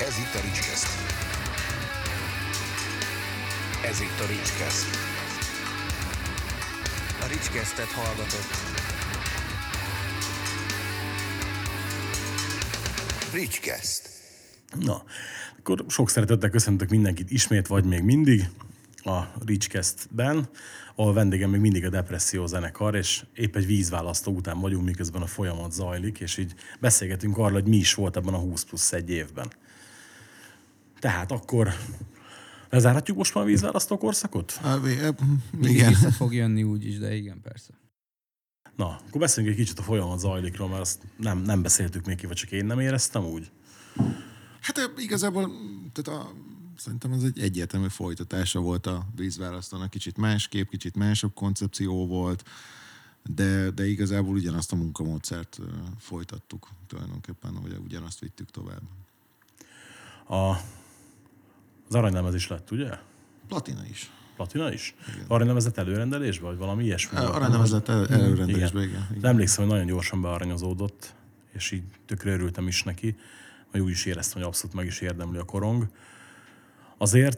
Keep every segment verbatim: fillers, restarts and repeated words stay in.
Ez itt a Ricskeszt. Ez itt a Ricskeszt. A Ricskesztet hallgatott. Ricskeszt. Na, akkor sok szeretettel köszöntök mindenkit ismét, vagy még mindig a Ricskesztben, ahol vendégem még mindig a Depresszió zenekar, és épp egy vízválasztó után vagyunk, miközben a folyamat zajlik, és így beszélgetünk arról, hogy mi is volt ebben a húsz plusz egy évben. Tehát akkor lezárhatjuk most már a vízválasztó korszakot? Igen. Vissza fog jönni úgyis, de igen, persze. Na, akkor beszéljünk egy kicsit a folyamat zajlikról, mert azt nem, nem beszéltük még ki, vagy csak én nem éreztem úgy. Hát igazából tehát a, szerintem ez egy egyértelmű folytatása volt a vízválasztónak. Kicsit másképp, kicsit másabb koncepció volt, de, de igazából ugyanazt a munkamódszert folytattuk tulajdonképpen, vagy ugyanazt vittük tovább. A, az aranylemez is lett, ugye? Platina is. Platina is? Aranylemezett előrendelésbe, vagy valami ilyesmi? Aranylemezett el, előrendelésbe, igen. igen. igen. Emlékszem, hogy nagyon gyorsan bearanyozódott, és így tökre örültem is neki, vagy úgy is éreztem, hogy abszolút meg is érdemli a korong. Azért,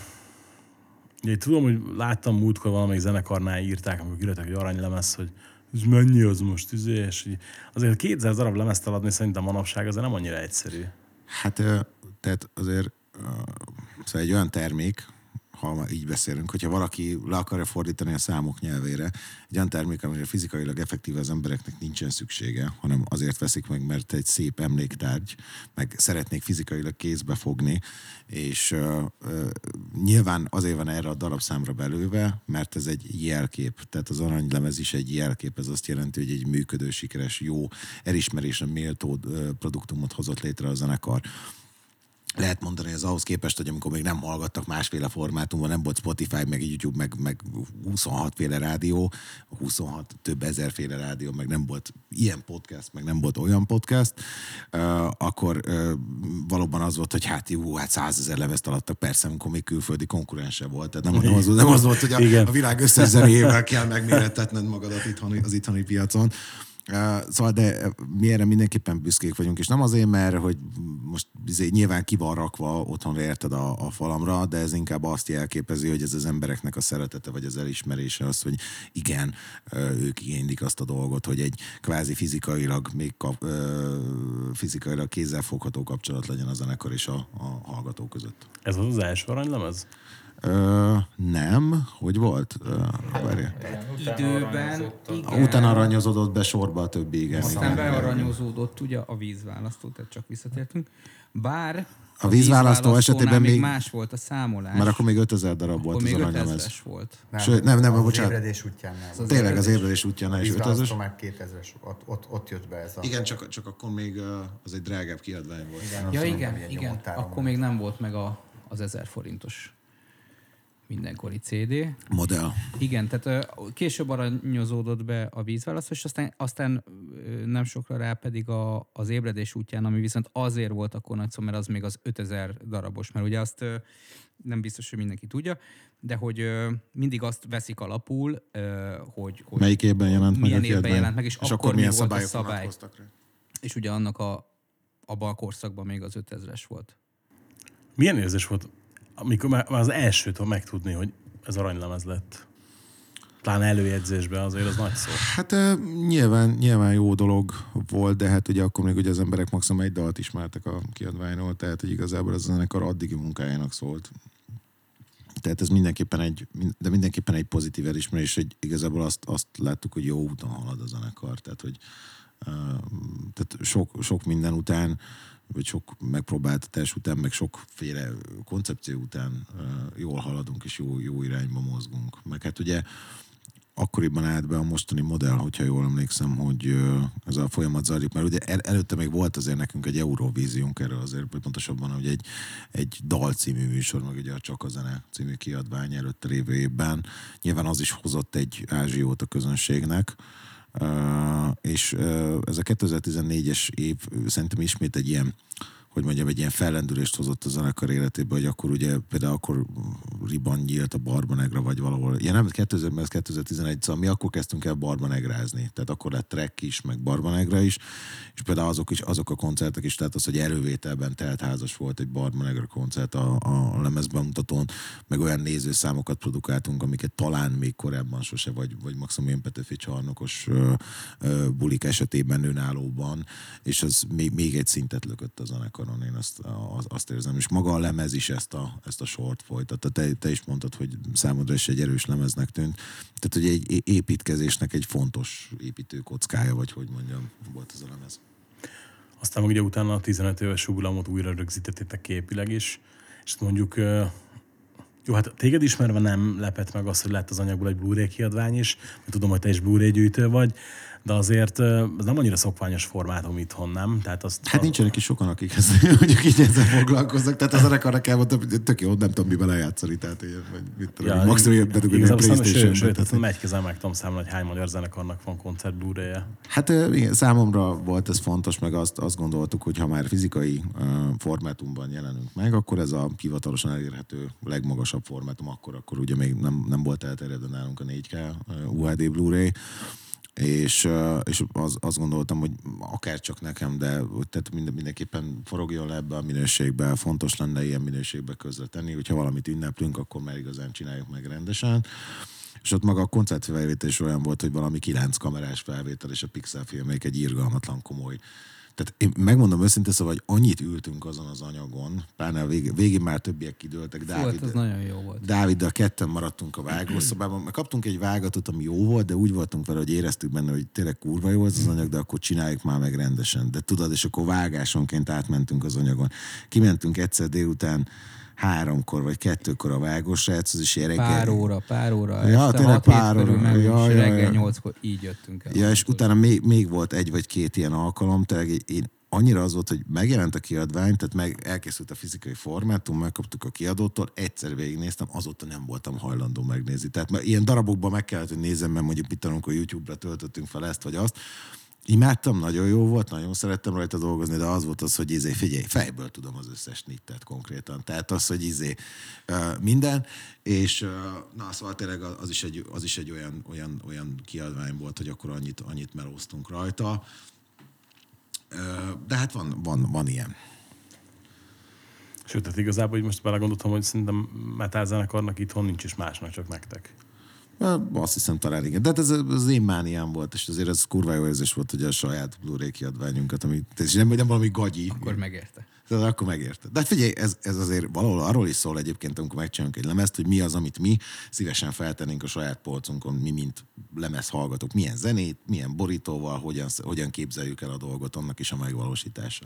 ugye, tudom, hogy láttam múltkor valamelyik zenekarnál írták, amikor írták, hogy aranylemez, hogy ez mennyi az most, izé, és így, azért kétezer darab lemezt eladni szerintem manapság azért nem annyira egyszerű. Hát, tehát azért szóval egy olyan termék, ha így beszélünk, hogyha valaki le akarja fordítani a számok nyelvére, egy olyan termék, amire fizikailag effektíve az embereknek nincsen szüksége, hanem azért veszik meg, mert egy szép emléktárgy, meg szeretnék fizikailag kézbe fogni, és uh, uh, nyilván azért van erre a darabszámra belőve, mert ez egy jelkép, tehát az aranylemez is egy jelkép, ez azt jelenti, hogy egy működő, sikeres, jó, elismerésre méltó uh, produktumot hozott létre a zenekar. Lehet mondani, hogy ez ahhoz képest, hogy amikor még nem hallgattak másféle formátumban, nem volt Spotify, meg YouTube, meg, meg huszonhat féle rádió, huszonhat több ezerféle rádió, meg nem volt ilyen podcast, meg nem volt olyan podcast, uh, akkor uh, valóban az volt, hogy hát jó, hát százezer lemezt alattak, persze, amikor még külföldi konkurense volt. Tehát nem, nem, az, nem az volt, hogy a, a világ összes zenéjével kell megmérettetned magadat itthoni, az itthoni piacon. Uh, szóval, de mi erre mindenképpen büszkék vagyunk, és nem azért, mert hogy most nyilván ki van rakva otthonra érted a, a falamra, de ez inkább azt jelképezi, hogy ez az embereknek a szeretete, vagy az elismerése az, hogy igen, ők igénylik azt a dolgot, hogy egy kvázi fizikailag, még kap, uh, fizikailag kézzelfogható kapcsolat legyen a zenekar és a, a hallgató között. Ez az az első aranylemez? Ö, nem. Hogy volt? Ö, Időben, igen. Utána aranyozódott be sorba a többi, igen. Aztán bearanyozódott ugye a vízválasztó, tehát csak visszatértünk. Bár a vízválasztó esetében még más volt a számolás. Mert akkor még ötezer darab volt az aranylemez. Még ötezres volt. Nem, Sőt, nem, nem, az bocsánat. ébredés útján nem. Az Tényleg az ébredés útján is ötezres. Már kétezres, ott, ott, ott jött be ez a... Igen, csak, csak akkor még az egy drágább kiadvány volt. Igen, ja igen, igen. Akkor még nem volt meg a, az ezer forintos mindenkori cé dé. Modell. Igen, tehát később aranyozódott be a vízválasztó, és aztán, aztán nem sokra rá pedig a, az ébredés útján, ami viszont azért volt akkor nagy szó, mert az még az ötezer darabos, mert ugye azt nem biztos, hogy mindenki tudja, de hogy mindig azt veszik alapul, hogy, hogy melyik évben jelent meg milyen évben jelent meg, és, és akkor mi volt a szabály. Rá. És ugye annak a, abban a korszakban még az ötezres volt. Milyen érzés volt, amikor már az elsőtől megtudni, hogy ez aranylemez lett? Pláne előjegyzésben azért az nagy szó. Hát nyilván, nyilván jó dolog volt, de hát ugye akkor még ugye az emberek maximum egy dalt ismertek a kiadványról, tehát hogy igazából ez a zenekar addigi munkájának szólt. Tehát ez mindenképpen egy, de mindenképpen egy pozitív elismerés, hogy igazából azt, azt láttuk, hogy jó úton halad a zenekar. Tehát, hogy uh, tehát sok, sok minden után, vagy sok megpróbáltatás után, meg sokféle koncepció után uh, jól haladunk, és jó, jó irányba mozgunk. Meg hát ugye akkoriban állt be a mostani modell, hogyha jól emlékszem, hogy uh, ez a folyamat zajlik, mert ugye el, előtte még volt azért nekünk egy Eurovíziónk erről azért, vagy pontosabban, hogy egy, egy dal című műsor, meg ugye a Csak a zene című kiadvány előtte lévő évben. Nyilván az is hozott egy ázsiót a közönségnek, Uh, és uh, ez a kétezer-tizennégyes év szerintem ismét egy ilyen hogy mondjam, egy ilyen fellendülést hozott a zenekar életébe, hogy akkor ugye például akkor Riban nyílt a Barbanegra, vagy valahol. Ja nem, kétezer-ben, ez kétezer-tizenegy, szóval mi akkor kezdtünk el Barbanegrázni. Tehát akkor lett Trek is, meg Barbanegra is, és például azok is, azok a koncertek is, tehát az, hogy erővételben teltházas volt egy Barbanegra koncert a, a lemezbemutatón, meg olyan nézőszámokat produkáltunk, amiket talán még korábban sose, vagy, vagy maximum ilyen Petőfi csarnokos ö, ö, bulik esetében önállóban, és az még, még egy szintet lökött a zenekaron, én azt, az, azt érzem. És maga a lemez is ezt a, ezt a sort folytatta. Te, te is mondtad, hogy számodra is egy erős lemeznek tűnt. Tehát, hogy egy építkezésnek egy fontos építőkockája, vagy hogy mondjam, volt ez a lemez. Aztán meg ugye utána a tizenöt éves jubileumot újra rögzítettétek képileg is, és mondjuk, jó, hát téged ismerve nem lepett meg az, hogy lett az anyagból egy Blu-ray kiadvány is, mert tudom, hogy te is Blu-ray gyűjtő vagy, de azért ez nem annyira szokványos formátum itthon, nem? Tehát azt, hát nincsenek is sokan, akik ezt, mondjuk így ezzel foglalkoznak, tehát az zenekarnak elmondtam, hogy tök jó, nem tudom miben lejátszani, tehát ilyen, vagy mit tudom, ja, maximum ilyen bedugni a PlayStation-be. Sőt, tehát egy kezel meg tudom számolni, hogy hány magyar zenekarnak van koncert Blu-ray-je. Hát igen, számomra volt ez fontos, meg azt, azt gondoltuk, hogy ha már fizikai uh, formátumban jelenünk meg, akkor ez a hivatalosan elérhető legmagasabb formátum, akkor, akkor ugye még nem, nem volt elterjedve nálunk a négy ká uh, u há dé Blu-ray, és, és az, azt gondoltam, hogy akár csak nekem, de tehát minden, mindenképpen forogjon le ebbe a minőségbe, fontos lenne ilyen minőségbe közretenni, hogyha valamit ünneplünk, akkor már igazán csináljuk meg rendesen. És ott maga a koncertfelvétel is olyan volt, hogy valami kilenc kamerás felvétel, és a pixelfilmek egy irgalmatlan komoly. Tehát én megmondom őszintén, szóval, hogy annyit ültünk azon az anyagon, pláne a végén, végén már többiek kidőltek. Dávid, az nagyon jó volt. Dáviddal ketten maradtunk a vágószobában, meg kaptunk egy vágatot, ami jó volt, de úgy voltunk vele, hogy éreztük benne, hogy tényleg kurva jó az az anyag, de akkor csináljuk már meg rendesen. De tudod, és akkor vágásonként átmentünk az anyagon. Kimentünk egyszer délután háromkor vagy kettőkor a vágósráchoz, és reggel... Pár óra, pár óra. Ja, tényleg pár óra. Meg, ja, és ja, reggel ja. nyolckor így jöttünk el. Ja, és utána még, még volt egy vagy két ilyen alkalom, tehát én annyira az volt, hogy megjelent a kiadvány, tehát meg elkészült a fizikai formátum, megkaptuk a kiadótól, egyszer végignéztem, azóta nem voltam hajlandó megnézni. Tehát ilyen darabokban meg kellett, hogy nézem, mert mondjuk mit tanulunk, hogy YouTube-ra töltöttünk fel ezt vagy azt. Imádtam, nagyon jó volt, nagyon szerettem rajta dolgozni, de az volt az, hogy izé, figyelj, fejből tudom az összes snittet konkrétan. Tehát az, hogy izé uh, minden, és uh, na, szóval tényleg az is egy, az is egy olyan, olyan, olyan kiadvány volt, hogy akkor annyit, annyit melóztunk rajta. Uh, de hát van, van, van ilyen. Sőt, tehát igazából, hogy most belegondoltam, hogy szerintem metal zenekarnak itthon nincs is másnak, csak nektek. Azt hiszem talán igen. De hát ez az én mániám volt, és azért ez kurva jó érzés volt, hogy a saját Blu-ray kiadványunkat, ami nem, nem valami gagyi. Akkor megérte. Tehát akkor megérte. De hát figyelj, ez, ez azért valahol arról is szól egyébként, amikor megcsinálunk egy lemezt, hogy mi az, amit mi szívesen feltennénk a saját polcunkon, mi mint lemez hallgatók, milyen zenét, milyen borítóval, hogyan, hogyan képzeljük el a dolgot, annak is a megvalósítása.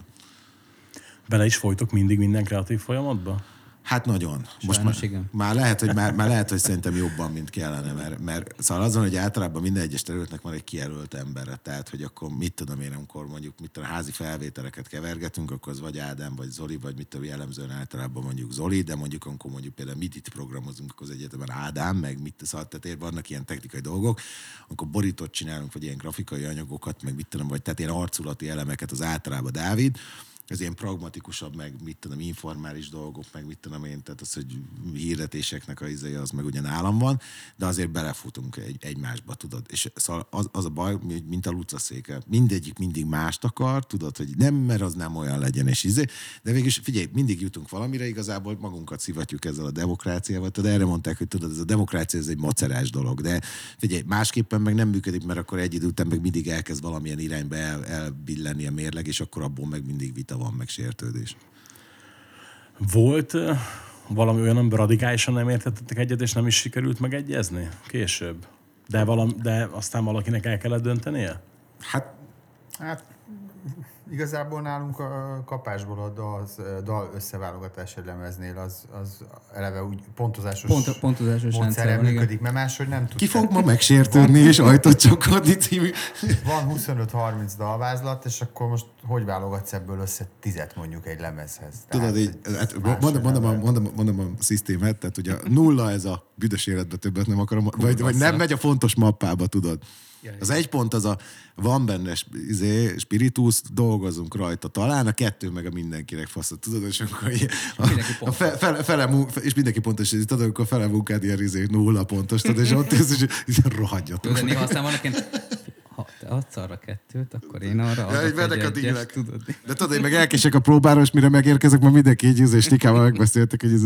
Bele is folytok mindig minden kreatív folyamatba? Hát nagyon. Most Sajnos, már, igen. már, lehet, hogy már, már lehet, hogy szerintem jobban, mint kellene, mert, mert szóval azon, hogy általában minden egyes területnek van egy kijelölt emberre, tehát, hogy akkor mit tudom én, amikor mondjuk mit tudom, házi felvételeket kevergetünk, akkor az vagy Ádám, vagy Zoli, vagy mit tudom, jellemzően általában mondjuk Zoli, de mondjuk amikor mondjuk például midit programozunk, akkor az egyetemen Ádám, meg mit szóval, tehát vannak ilyen technikai dolgok, amikor borítót csinálunk, vagy ilyen grafikai anyagokat, meg mit tudom, vagy tehát ilyen arculati elemeket, az általában Dávid, ez ilyen pragmatikusabb, meg mit tudom, informális dolgok, meg mit tudom én, tehát az, hogy hirdetéseknek a izéje, az meg ugye nálam van, de azért belefutunk egy, egymásba, tudod. És szóval az, az a baj, mint a lucaszéke. Mindegyik mindig mást akar, tudod, hogy nem, mert az nem olyan legyen, és izé. De végülis, figyelj, mindig jutunk valamire, igazából magunkat szivatjuk ezzel a demokráciával. Tehát erre mondták, hogy tudod, ez a demokrácia, ez egy macerás dolog, de figyelj, másképpen meg nem működik, mert akkor egy idő után meg mindig elkezd valamilyen irányba el, elbillenni a mérleg, és akkor abból meg mindig vita van, meg sértődés. Volt uh, valami olyan, amiben radikálisan nem értettetek egyet, és nem is sikerült megegyezni később? De, valami, de aztán valakinek el kellett döntenie? Hát, hát igazából nálunk a kapásból a dal, dal összeválogatás egy lemeznél az, az eleve úgy pontozásos, Pont, pontozásos módszerrel működik, mert máshogy nem tud. ki fog ma megsértődni és ajtót csapkodni című? Van huszonöt-harminc dalvázlat, és akkor most hogy válogatsz ebből össze tizet mondjuk egy lemezhez? Tudod, Tehát, így, hát mondom, mondom, a, mondom, mondom a szisztémet, tehát ugye nulla ez a büdös életbe többet nem akarom, vagy, vagy nem megy a fontos mappába, tudod. Az egy pont az a, van benne izé, spiritus dolog, dolgozunk rajta talán, a kettő meg a mindenkinek faszat, tudod, és akkor ilyen, a, Mindenki a fe, fele, fele, mun- és mindenki pontos, és tudod, akkor fele munkád ilyen izé, nulla pontos, tudod, és ott és, és, és rohadjatok. Tudod, néha aztán vannak ilyen, ha te adsz arra kettőt, akkor én arra Ja, adok így mennek a egy egyest, dílek. tudod. De tudod, én meg elkések a próbára, és mire megérkezek, ma mindenki így és Nikával megbeszéltek, hogy ez...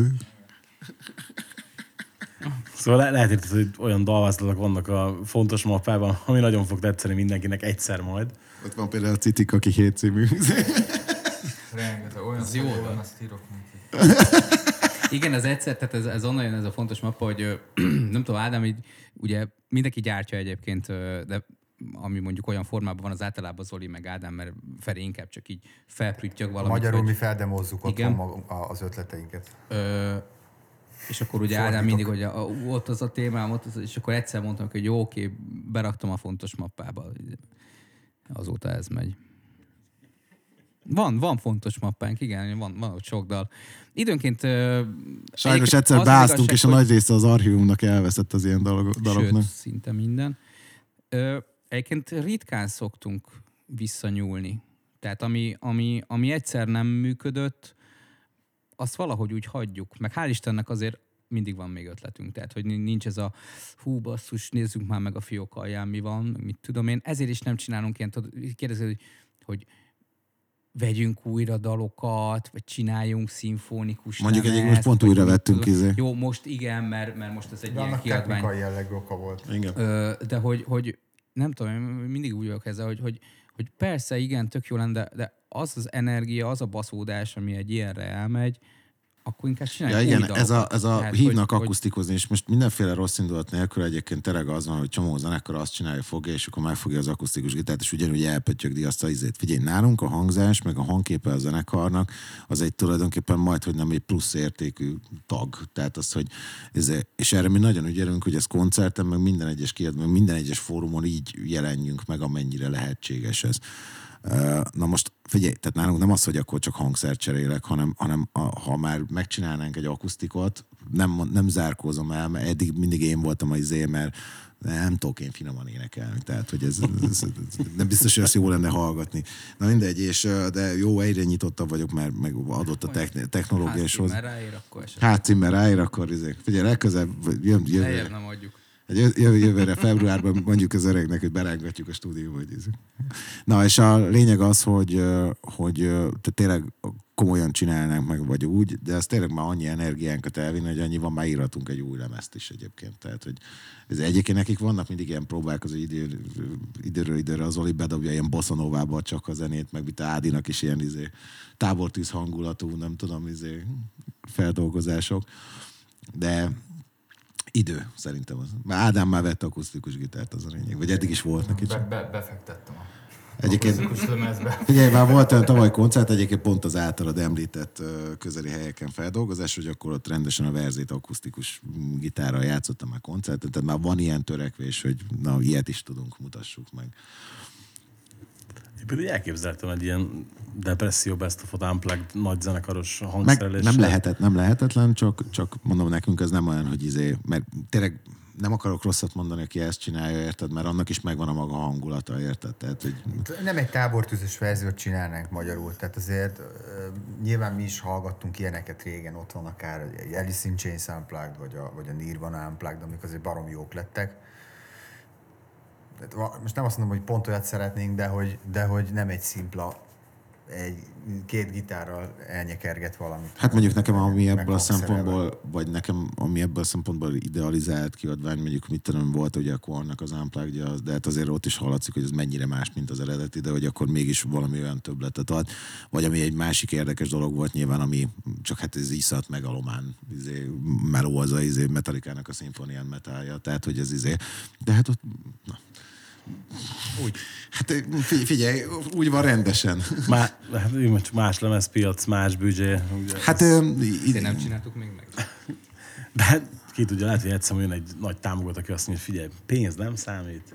Szóval le- lehet érted, hogy olyan dalvázlatok vannak a fontos mappában, ami nagyon fog tetszeni mindenkinek egyszer majd. Ott van például a Citik, aki hét című. Rengeteg olyan Az jó szó van. van, azt írok neki. Igen, ez egyszer, tehát ez, ez onnan jön ez a fontos mappa, hogy ö, nem tudom, Ádám, így, ugye mindenki gyártja egyébként, ö, de ami mondjuk olyan formában van, az általában Zoli meg Ádám, mert Feri inkább csak így felprüttyög valamit. Magyarul hogy, mi feldemozzuk Igen. otthon magunk, a- az ötleteinket. Ö, és akkor ugye Ádám mindig, hogy a, a, ott az a témám, ott az, és akkor egyszer mondtam, hogy jó, oké, beraktam a fontos mappába. Azóta ez megy. Van, van fontos mappánk, igen, van, van ott sok dal. Időnként... ö, Sajnos egyébként egyszer az az beáztunk, igazság, és a hogy- nagy része az archívumnak elveszett az ilyen dalog, daloknak. Sőt, szinte minden. Ö, egyébként ritkán szoktunk visszanyúlni. Tehát ami, ami, ami egyszer nem működött, azt valahogy úgy hagyjuk. Meg hál' Istennek azért mindig van még ötletünk. Tehát, hogy nincs ez a hú, basszus, nézzük már meg a fiók alján, mi van, mit tudom én. Ezért is nem csinálunk ilyen, kérdezed, hogy, hogy vegyünk újra dalokat, vagy csináljunk szimfonikus Mondjuk lemezt, egyébként most pont vagy újra mit vettünk tudom. izé. Jó, most igen, mert, mert most ez egy De ilyen annak kiadvány. technikai jellegű oka volt. Igen. Ö, de hogy, hogy nem tudom, én mindig úgy vagyok ezzel, hogy, hogy, hogy persze, igen, tök jó lenne, de, de az az energia, az a baszódás, ami egy ilyenre elmegy, akkor inkább Ja csináljuk igen, új ez a, dalokat. ez a Tehát, hívnak hogy, akusztikozni, és most mindenféle rossz indulat nélkül egyébként tényleg az van, hogy csomó zenekar azt csinálja, fogja, és akkor megfogja az akusztikus gitárt, és ugyanúgy elpöttyögdi azt a izét. Figyelj, nálunk a hangzás, meg a hangképe a zenekarnak, az egy tulajdonképpen majd, hogy nem egy plusz értékű tag. Tehát az, hogy ez, és erre mi nagyon ügyelünk, hogy ez koncerten, meg minden egyes kiadban, meg minden egyes fórumon így jelenjünk meg, amennyire lehetséges ez. Na most figyelj, tehát nálunk nem az, hogy akkor csak hangszert cserélek, hanem, hanem a, ha már megcsinálnánk egy akusztikot, nem, nem zárkózom el, mert eddig mindig én voltam az izé, mert nem tudok én finoman énekelni, tehát hogy ez, ez, ez nem biztos, hogy azt jó lenne hallgatni. Na mindegy, és, de jó, egyre nyitottabb vagyok, mert meg adott a techn- technológia, és hoz... hátcímmel ráír, akkor esetleg. Hátcímmel ráír, akkor izé. Figyelj, legközelebb, jön, jövőre. Lejjebb nem adjuk. Egy jövő, jövőre, februárban mondjuk az öregnek, hogy berángatjuk a stúdióba, hogy ez. Na, és a lényeg az, hogy, hogy te tényleg komolyan csinálnánk meg, vagy úgy, de ez tényleg már annyi energiánkat elvinni, hogy annyi van, már írhatunk egy új lemezt is egyébként. Tehát, hogy ez egyébként nekik vannak mindig ilyen próbák, az idő, időről időre az Oli bedobja ilyen bosszanovába csak a zenét, meg mint Ádinak is ilyen izé, tábortűz hangulatú, nem tudom, izé, feldolgozások. De idő, szerintem az. Már Ádám már vett akusztikus gitárt, az a lényeg. Vagy eddig is volt neki. Be, be, befektettem a Egyébként, akusztikus lemezbe. figyelj, már volt olyan tavaly koncert, egyébként pont az általad említett ö, közeli helyeken feldolgozás, hogy akkor ott rendesen a verzét akusztikus gitárral játszottam már koncertet, tehát már van ilyen törekvés, hogy na, ilyet is tudunk, mutassuk meg. Én például elképzeltem egy ilyen depresszió best of unplugged nagy zenekaros Meg hangszereléssel. nem lehetett, nem lehetetlen, csak, csak mondom nekünk, ez nem olyan, hogy izé, mert tényleg nem akarok rosszat mondani, aki ezt csinálja, érted? Mert annak is megvan a maga hangulata, érted? Tehát, hogy Nem egy tábortűzös verziót csinálnánk magyarul, tehát azért uh, nyilván mi is hallgattunk ilyeneket régen, ott van akár egy Alice in Chains Unplugged, vagy a, vagy a Nirvana Unplugged, amik azért barom jók lettek. Tehát, most nem azt mondom, hogy pont olyat szeretnénk, de hogy, de hogy nem egy szimpla, egy két gitárral elnyekerget valamit. hát mondjuk nekem, ami meg ebből a hangszerelve. szempontból, vagy nekem, ami ebből a szempontból idealizált kiadvány, mondjuk mit tudom, volt ugye a Kornak az unplugged, de hát azért ott is hallatszik, hogy ez mennyire más, mint az eredeti, de hogy akkor mégis valami olyan többletet ad. Vagy ami egy másik érdekes dolog volt nyilván, ami csak hát ez iszat megalomán izé, meló az a izé, Metallica-nak a Symphony Metalja, tehát hogy ez izé. De hát ott, na. Úgy. Hát figyelj, figyelj, úgy van rendesen. Má, hát, jó, csak más lemezpiac, más büdzsé. ugye Hát ez- ö, Ezért nem csináltuk még meg. De hát ki tudja, lehet, hogy egyszer jön egy nagy támogató, aki azt mondja, hogy figyelj, pénz nem számít.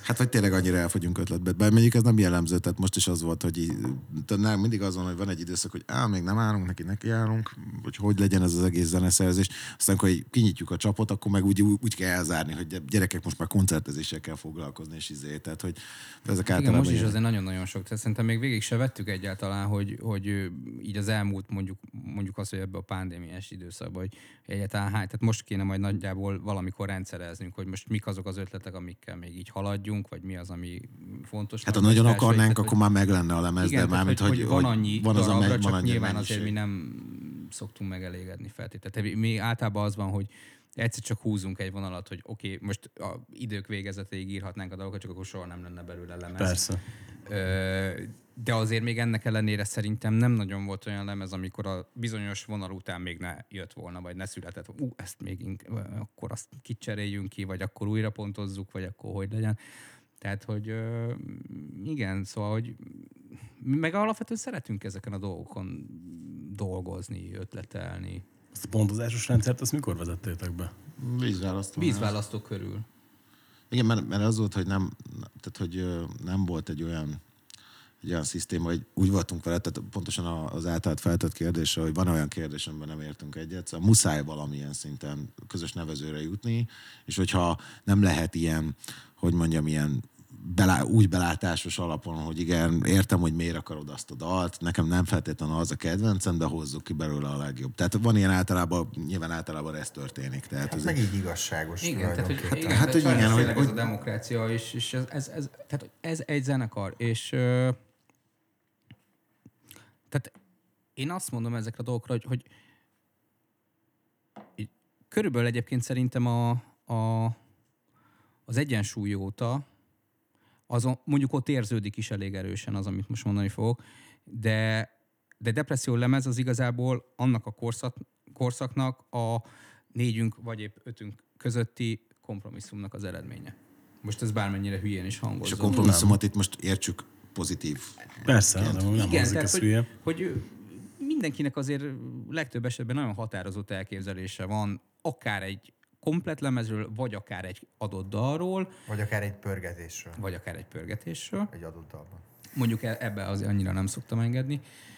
Hát vagy tényleg annyira elfogyunk ötletbe. Bár mondjuk ez nem jellemző, tehát most is az volt, hogy így, nem, mindig az van, hogy van egy időszak, hogy á, még nem állunk, neki neki állunk, hogy hogy legyen ez az egész zeneszerzés. Aztán, hogy kinyitjuk a csapot, akkor meg úgy, úgy kell elzárni, hogy gyerekek most már koncertezéssel kell foglalkozni, és izé. Tehát, hogy ezek Igen, általában most is ilyen... azért nagyon-nagyon sok. Tehát szerintem még végig se vettük egyáltalán, hogy, hogy így az elmúlt mondjuk, mondjuk azt, hogy ebbe a pandémiás időszakban, hogy egyáltalán hány, tehát most kéne majd nagyjából valamikor rendszereznünk, hogy most mik azok az ötletek, amikkel még így haladjunk, vagy mi az, ami fontos. Hát ha nagyon akarnánk, akkor már meg lenne a lemez, igen, de már, hogy, hogy, hogy, van annyi van az darabra, a csak van nyilván mennyiség. azért mi nem szoktunk megelégedni feltétlenül. Mi általában az van, hogy egyszer csak húzunk egy vonalat, hogy oké, okay, most a idők végezetéig írhatnánk a dolgokat, csak akkor soha nem lenne belőle lemez. Persze. Ö, de azért még ennek ellenére szerintem nem nagyon volt olyan lemez, amikor a bizonyos vonal után még ne jött volna, vagy ne született. Ú, ezt még inkább, akkor azt kicseréljünk ki, vagy akkor újra pontozzuk, vagy akkor hogy legyen. Tehát, hogy ö, igen, szóval, hogy meg alapvetően szeretünk ezeken a dolgokon dolgozni, ötletelni. Ezt a pontozásos rendszert, ezt mikor vezettétek be? Vízválasztó. Vízválasztó körül. Igen, mert, mert az volt, hogy nem, tehát, hogy nem volt egy olyan, egy olyan szisztéma, hogy úgy voltunk vele, tehát pontosan az általát feltett kérdésre, hogy van olyan kérdés, amiben nem értünk egyet, szóval muszáj valamilyen szinten közös nevezőre jutni, és hogyha nem lehet ilyen, hogy mondjam, ilyen belá, úgy belátásos alapon, hogy igen, értem, hogy miért akarod azt a dalt, nekem nem feltétlenül az a kedvencem, de hozzuk ki belőle a legjobb. Tehát van ilyen általában, nyilván általában ez történik. Tehát Hát ez meg így igazságos. Igen, tehát, hogy, igen, hát, hogy igen, igen, hogy, ez hogy... a demokrácia, és, és ez, ez, ez, tehát ez egy zenekar, és ö, tehát én azt mondom ezekre a dolgokra, hogy, hogy így, körülbelül egyébként szerintem a, a, az egyensúly óta azon, mondjuk ott érződik is elég erősen az, amit most mondani fogok, de, de depresszió lemez az igazából annak a korszak, korszaknak a négyünk vagy épp ötünk közötti kompromisszumnak az eredménye. Most ez bármennyire hülyén is hangozzon. És a kompromisszumot itt most értsük pozitív. Persze, nem, nem igen, hangzik tehát, ez hogy, hülye. hogy mindenkinek azért legtöbb esetben nagyon határozott elképzelése van, akár egy komplett lemezről, vagy akár egy adott dalról. Vagy akár egy pörgetésről. Vagy akár egy pörgetésről. Egy adott dalban. Mondjuk ebbe azért annyira nem szoktam engedni.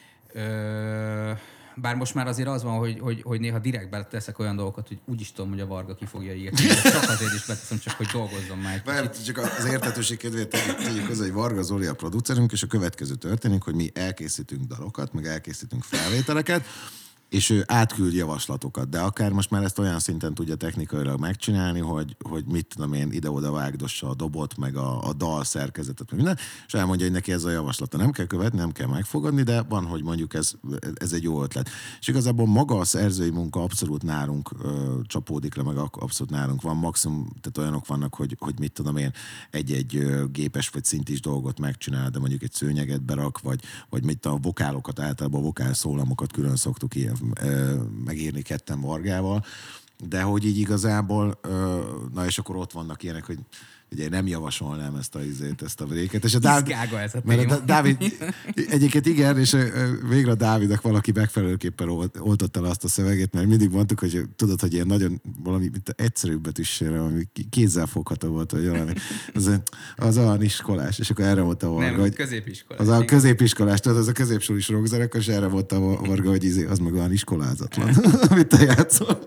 Ö, bár most már azért az van, hogy, hogy, hogy néha direkt beteszek olyan dolgokat, hogy úgy is tudom, hogy a Varga ki fogja írni. Csak azért is beteszem, csak hogy dolgozzon már egy Mert csak az érthetőség kedvéért tegyük hozzá, hogy Varga Zoli a producerünk, és a következő történik, hogy mi elkészítünk dalokat, meg elkészítünk felvételeket, és ő átküld javaslatokat, de akár most már ezt olyan szinten tudja technikailag megcsinálni, hogy, hogy mit tudom én, ide-oda vágdossa a dobot, meg a, a dal szerkezetet, meg minden, és elmondja, hogy neki ez a javaslata. Nem kell követni, nem kell megfogadni, de van, hogy mondjuk ez, ez egy jó ötlet. És igazából maga a szerzői munka abszolút nálunk ö, csapódik le, meg abszolút nálunk van. Maximum, tehát olyanok vannak, hogy, hogy mit tudom én, egy-egy ö, gépes vagy szintis dolgot megcsinál, de mondjuk egy szőnyeget berak, vagy, vagy mit a vokálokat, általában a vokál szólamokat külön szoktuk ilyen megírni ketten Vargával, de hogy így igazából, na és akkor ott vannak ilyenek, hogy ugye nem javasolnám ezt a izét, ezt a bréket. És a Dávid, ez a mert a Dávid, egyébként igen, és végre a Dávidnak valaki megfelelőképpen oltott el azt a szöveget, mert mindig mondtuk, hogy tudod, hogy ilyen nagyon valami egyszerűbb betűsére, ami kézzelfogható volt, vagy valami. Az, az olyan iskolás, és akkor erre volt a Varga, nem, hogy középiskolás. Az a középiskolás, tudod, az a középsulis rockzenekar, és erre volt a Varga, hogy izé, az meg olyan iskolázatlan, amit te játszol.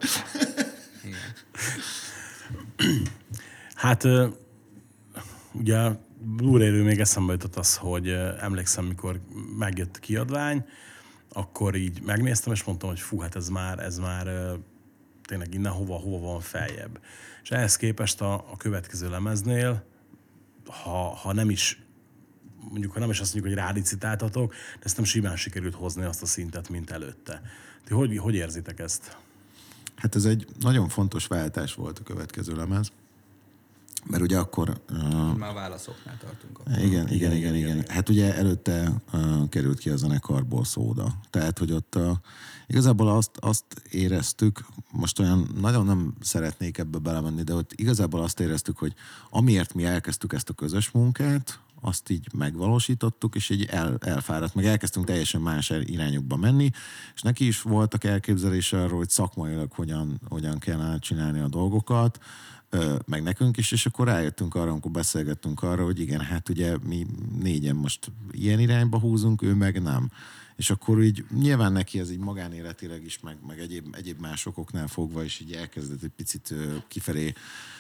Hát ugye Blu-ray-ről még eszembe jutott az, hogy emlékszem, mikor megjött a kiadvány, akkor így megnéztem, és mondtam, hogy fú, hát ez már, ez már tényleg innen hova, hova van feljebb. És ehhez képest a, a következő lemeznél, ha, ha nem is, mondjuk, ha nem is azt mondjuk, hogy rálicitáltatok, de ezt nem simán sikerült hozni azt a szintet, mint előtte. Ti hogy, hogy érzitek ezt? Hát ez egy nagyon fontos váltás volt a következő lemez. Mert ugye akkor... Uh, Már a válaszoknál tartunk. Akkor. Igen, igen, igen, igen. Hát ugye előtte uh, került ki a zenekarból Szóda. Tehát, hogy ott uh, igazából azt, azt éreztük, most olyan nagyon nem szeretnék ebbe belemenni, de ott igazából azt éreztük, hogy amiért mi elkezdtük ezt a közös munkát, azt így megvalósítottuk, és így el, elfáradt, meg elkezdtünk teljesen más irányokba menni, és neki is voltak elképzelése arról, hogy szakmailag hogyan, hogyan kellene csinálni a dolgokat, meg nekünk is, és akkor rájöttünk arra, amikor beszélgettünk arra, hogy igen, hát ugye mi négyen most ilyen irányba húzunk, ő meg nem. És akkor így nyilván neki ez így magánéletileg is, meg, meg egyéb, egyéb más okoknál fogva is így elkezdett egy picit kifelé,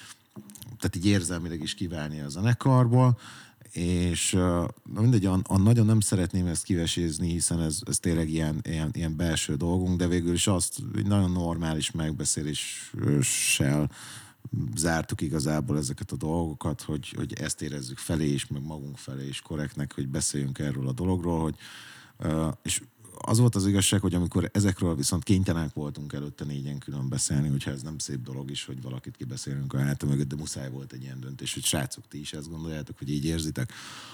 tehát így érzelmileg is kiválni a zenekarból, és na mindegy, a, a nagyon nem szeretném ezt kivesézni, hiszen ez, ez tényleg ilyen, ilyen, ilyen belső dolgunk, de végül is azt nagyon normális megbeszéléssel zártuk igazából ezeket a dolgokat, hogy, hogy ezt érezzük felé is, meg magunk felé is korrektnek, hogy beszéljünk erről a dologról, hogy, és az volt az igazság, hogy amikor ezekről viszont kénytelenek voltunk előtte négyen külön beszélni, hogyha ez nem szép dolog is, hogy valakit kibeszélünk a háta mögött, de muszáj volt egy ilyen döntés, hogy srácok, ti is ezt gondoljátok, hogy így érzitek.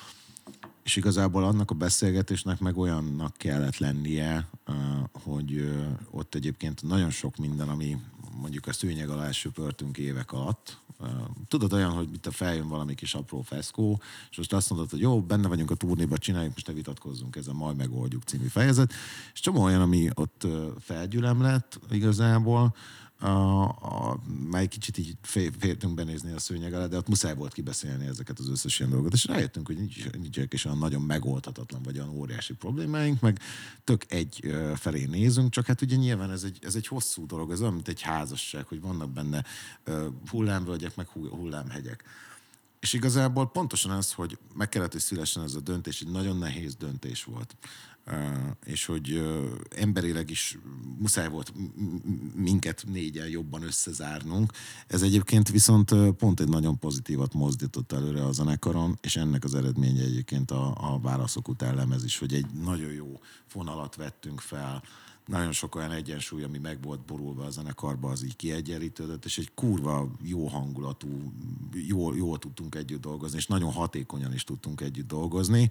És igazából annak a beszélgetésnek meg olyannak kellett lennie, hogy ott egyébként nagyon sok minden, ami mondjuk a szőnyeg alá söpörtünk évek alatt. Tudod olyan, hogy itt a feljön valami kis apró feszkó, és most azt mondod, hogy jó, benne vagyunk a turnéba, csináljuk, most ne vitatkozzunk ezen, majd megoldjuk című fejezet. És csomó olyan, ami ott felgyülem lett igazából, A, a, már egy kicsit így féltünk benézni a szőnyeg alá, de ott muszáj volt kibeszélni ezeket az összes ilyen dolgokat, és rájöttünk, hogy nincs, nincsenek is olyan nagyon megoldhatatlan, vagy olyan óriási problémáink, meg tök egy felé nézünk, csak hát ugye nyilván ez egy, ez egy hosszú dolog, ez olyan, mint egy házasság, hogy vannak benne hullámvölgyek, meg hullámhegyek. És igazából pontosan az, hogy meg kellett, hogy szülessen ez a döntés, egy nagyon nehéz döntés volt. Uh, és hogy uh, emberileg is muszáj volt minket négyen jobban összezárnunk. Ez egyébként viszont uh, pont egy nagyon pozitívat mozdított előre a zenekaron, és ennek az eredménye egyébként a, a válaszok után lemez is, hogy egy nagyon jó fonalat vettünk fel, nagyon sok olyan egyensúly, ami meg volt borulva a zenekarba, az így kiegyenlítődött, és egy kurva jó hangulatú, jól, jól tudtunk együtt dolgozni, és nagyon hatékonyan is tudtunk együtt dolgozni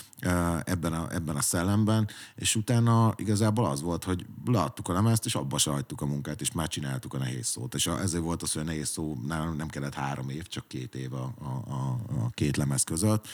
ebben a, ebben a szellemben, és utána igazából az volt, hogy leadtuk a lemezt, és abba se hagytuk a munkát, és már csináltuk a nehéz szót. És ezért volt az, hogy a nehéz szó nem, nem kellett három év, csak két év a, a, a két lemez között.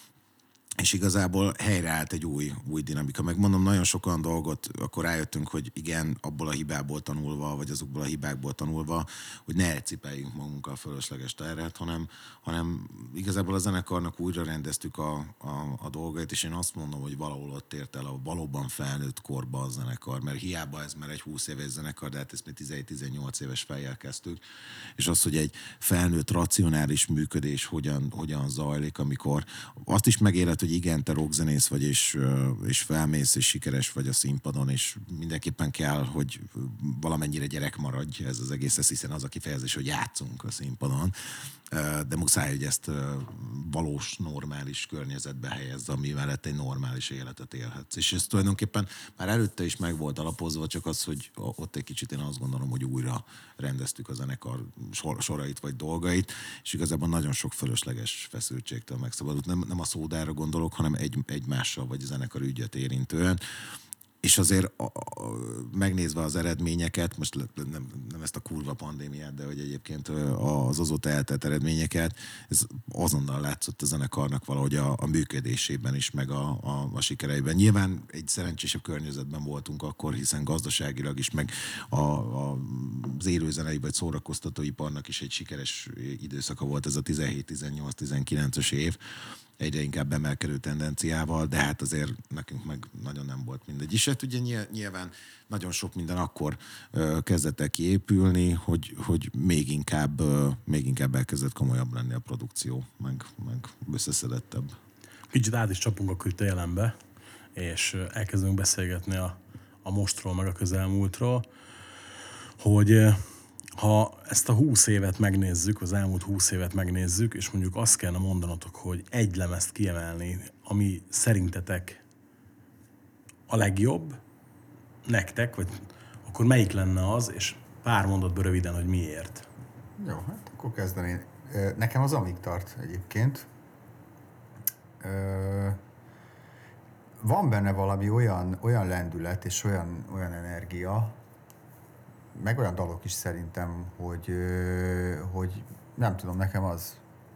És igazából helyreállt egy új, új dinamika. Megmondom, nagyon sok olyan dolgot, akkor rájöttünk, hogy igen, abból a hibából tanulva, vagy azokból a hibákból tanulva, hogy ne cipeljünk magunkkal fölösleges terhet, hanem, hanem igazából a zenekarnak újra rendeztük a, a, a dolgait, és én azt mondom, hogy valahol ott ért el a valóban felnőtt korba a zenekar, mert hiába ez már egy húsz éves zenekar, de hát ezt mi tizenhét-tizennyolc éves fejjel kezdtük, és az, hogy egy felnőtt, racionális működés hogyan, hogyan zajlik, amikor azt is megéled, hogy igen, te rockzenész vagy, és, és felmész, és sikeres vagy a színpadon, és mindenképpen kell, hogy valamennyire gyerek maradj ez az egész, hiszen az a kifejezés, hogy játszunk a színpadon, de muszáj, hogy ezt valós, normális környezetbe helyezz, ami mellett egy normális életet élhetsz. És ez tulajdonképpen már előtte is meg volt alapozva, csak az, hogy ott egy kicsit én azt gondolom, hogy újra rendeztük a zenekar sor, sorait vagy dolgait, és igazából nagyon sok fölösleges feszültségtől megszabadult. Nem, nem a szódára gondolok, hanem egy, egymással vagy a zenekar ügyet érintően. És azért a, a, megnézve az eredményeket, most nem, nem ezt a kurva pandémiát, de hogy egyébként az azóta eltelt eredményeket, ez azonnal látszott a zenekarnak valahogy a, a működésében is, meg a, a, a sikereiben. Nyilván egy szerencsésebb környezetben voltunk akkor, hiszen gazdaságilag is, meg a, a, az élőzenei vagy szórakoztatóiparnak is egy sikeres időszaka volt ez a tizenhét tizennyolc tizenkilences év, egyre inkább emelkedő tendenciával, de hát azért nekünk meg nagyon nem volt mindegy. És hát ugye nyilván nagyon sok minden akkor uh, kezdett el kiépülni, hogy, hogy még inkább, uh, még inkább elkezdett komolyabb lenni a produkció, meg, meg összeszedettebb. Kicsit át is csapunk akkor itt a jelenbe, és elkezdünk beszélgetni a, a mostról, meg a közelmúltról, hogy ha ezt a húsz évet megnézzük, az elmúlt húsz évet megnézzük, és mondjuk azt kellene mondanotok, hogy egy lemezt kiemelni, ami szerintetek a legjobb, nektek, vagy akkor melyik lenne az, és pár mondatban röviden, hogy miért. Jó, hát akkor kezdem én. Nekem az Amíg tart egyébként. Van benne valami olyan, olyan lendület és olyan, olyan energia, meg olyan dalok is szerintem, hogy, hogy nem tudom, nekem az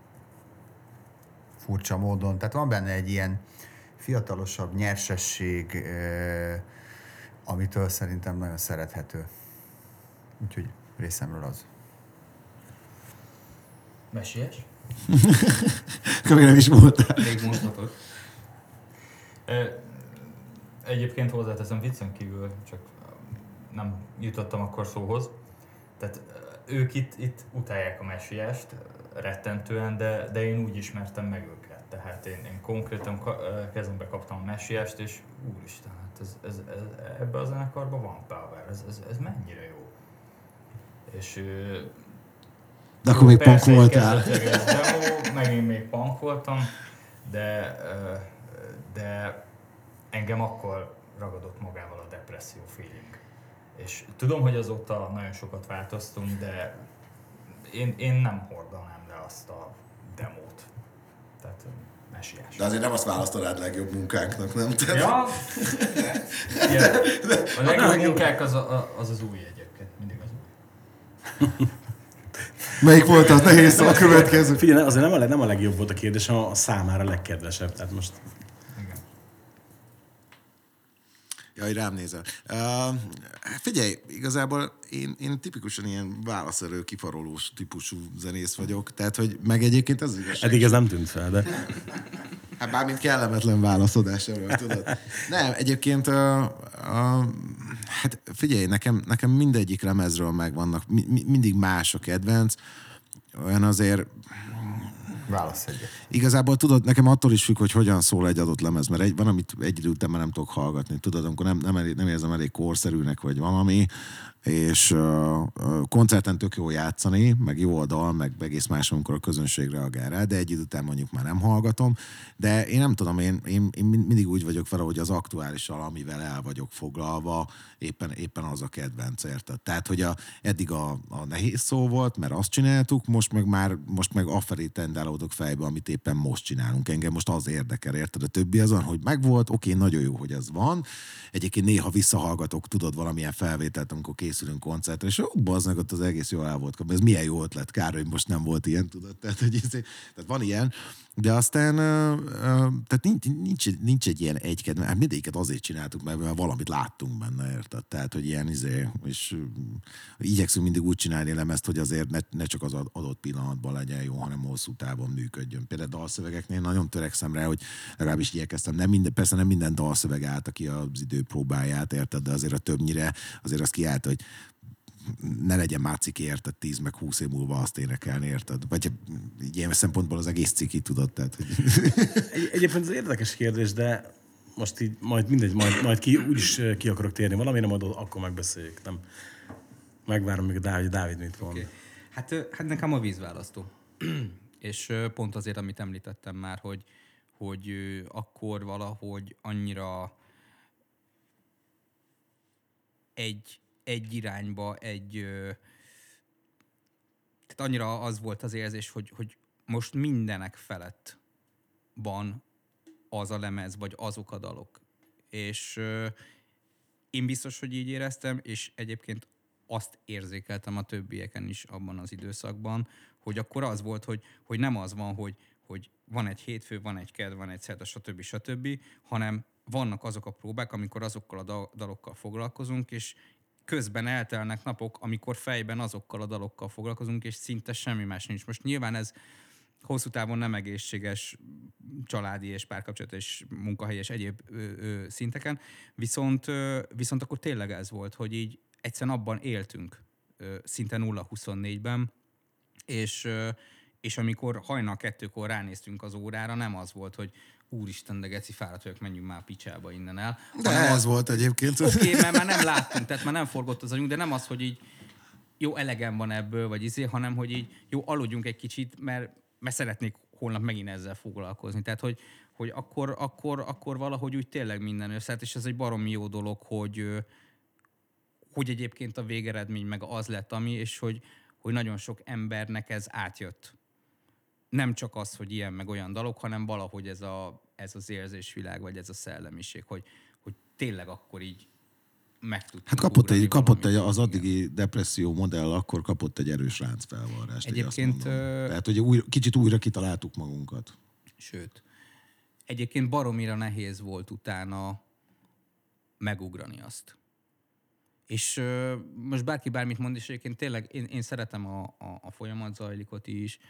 furcsa módon. Tehát van benne egy ilyen fiatalosabb nyersesség, amitől szerintem nagyon szerethető. Úgyhogy részemről az. Mesies? Akkor még nem is voltál. Még mondhatod. Egyébként hozzáteszem viccen kívül, csak nem jutottam akkor szóhoz. Tehát ők itt, itt utálják a mesiest rettentően, de, de én úgy ismertem meg őket. Tehát én, én konkrétan kezembe kaptam a mesiest, és úristen, hát ez, ez, ez, ebbe a zenekarban van power, ez, ez, ez mennyire jó. És de akkor még punk persze, voltál. Demo, megint még punk voltam, de, de engem akkor ragadott magával a depresszió feeling. És tudom, hogy azóta nagyon sokat változtunk, de én, én nem hordanám le azt a demót. Tehát mesiás. De azért nem azt választanád legjobb munkánknak, nem? Tehát... Ja, igen. A legjobb munkák az, a, az az új egyébként, mindig az új. Melyik volt az nehéz szó a következő? Figyelj, azért nem a, leg, nem a legjobb volt a kérdés, hanem a számára legkedvesebb. Tehát most... Igen. Jaj, rám nézel. Uh, figyelj, igazából én, én tipikusan ilyen válaszerő, kifarolós típusú zenész vagyok, tehát, hogy meg egyébként ez az igazság. Eddig ez nem tűnt fel, de... Hát bármint kellemetlen válaszodás erről, tudod. Nem, egyébként uh, uh, hát figyelj, nekem, nekem mindegyik lemezről megvannak, mi, mi, mindig más a kedvenc, olyan azért... Válasz egyet. Igazából tudod, nekem attól is függ, hogy hogyan szól egy adott lemez, mert egy, van, amit egy idő után már nem tudok hallgatni, tudod, amikor nem, nem, elég, nem érzem elég korszerűnek, vagy valami, és uh, koncerten tök jó játszani, meg jó a dal, meg egész más, amikor a közönség reagál rá, de egy idő után mondjuk már nem hallgatom, de én nem tudom, én, én, én mindig úgy vagyok vele, hogy az aktuálissal, amivel el vagyok foglalva, éppen, éppen az a kedvenc, érted? Tehát, hogy a, eddig a, a nehéz szó volt, mert azt csináltuk, most meg már, most meg afelé tendálódok fejbe, amit éppen most csinálunk. Engem most az érdekel, érted? A többi azon, hogy megvolt, oké, nagyon jó, hogy ez van. Egyébként néha visszahallgatok, tudod, valamilyen felvételt, amikor készülünk koncertre, és ó, bazdmeg, ott az egész jól el volt. Ez milyen jó ötlet, kár, hogy most nem volt ilyen, tudod? Tehát, hogy ez, tehát van ilyen, de aztán uh, uh, tehát nincs, nincs, nincs egy ilyen egykedve, hát mindegyiket azért csináltuk, mert, mert valamit láttunk benne, érted? Tehát, hogy ilyen izé, és uh, igyekszünk mindig úgy csinálni lemezt, hogy azért ne, ne csak az adott pillanatban legyen jó, hanem hosszú távon működjön. Például dalszövegeknél nagyon törekszem rá, hogy legalábbis igyekeztem, nem minden, persze nem minden dalszöveg állta ki az idő próbáját, érted? De azért a többnyire azért az kiállt, hogy ne legyen már ciki, érted, tíz meg húsz év múlva azt énekelni, érted? Vagy ilyen szempontból az egész ciki, tudod, tehát, hogy... Egy, egyébként ez érdekes kérdés, de most így majd mindegy, majd, majd ki, úgyis ki akarok térni valamire, majd akkor megbeszéljük, nem? Megvárom még a Dávid, Dávid mit mond. Okay. Hát, hát nekem a vízválasztó. És pont azért, amit említettem már, hogy, hogy akkor valahogy annyira egy egy irányba, egy... Tehát annyira az volt az érzés, hogy, hogy most mindenek felett van az a lemez, vagy azok a dalok. És én biztos, hogy így éreztem, és egyébként azt érzékeltem a többieken is abban az időszakban, hogy akkor az volt, hogy, hogy nem az van, hogy, hogy van egy hétfő, van egy kedd, van egy szerda, stb. stb., hanem vannak azok a próbák, amikor azokkal a dalokkal foglalkozunk, és közben eltelnek napok, amikor fejben azokkal a dalokkal foglalkozunk, és szinte semmi más nincs. Most nyilván ez hosszú távon nem egészséges családi és párkapcsolat és munkahely és egyéb ö, ö, szinteken, viszont, ö, viszont akkor tényleg ez volt, hogy így egyszerűen abban éltünk ö, szinte nulla huszonnégyben, és, ö, és amikor hajnal kettőkor ránéztünk az órára, nem az volt, hogy úristen, de geci, fáradt vagyok, menjünk már picsába innen el. De ez az volt egyébként. Oké, okay, mert már nem láttunk, tehát már nem forgott az agyunk, de nem az, hogy így jó, elegem van ebből, vagy izé, hanem hogy így jó, aludjunk egy kicsit, mert, mert szeretnék holnap megint ezzel foglalkozni. Tehát, hogy, hogy akkor, akkor, akkor valahogy úgy tényleg minden összeállt, és ez egy baromi jó dolog, hogy, hogy egyébként a végeredmény meg az lett, ami, és hogy, hogy nagyon sok embernek ez átjött. Nem csak az, hogy ilyen meg olyan dalok, hanem valahogy ez, a, ez az érzésvilág, vagy ez a szellemiség, hogy, hogy tényleg akkor így meg tudtunk. Hát kapott, egy, kapott egy, az igen. addigi depresszió modell, akkor kapott egy erős láncfelvarrást. Egyébként... Tehát, hogy újra, kicsit újra kitaláltuk magunkat. Sőt. Egyébként baromira nehéz volt utána megugrani azt. És uh, most bárki bármit mond, és egyébként tényleg én, én szeretem a, a, a folyamat zajlikot is,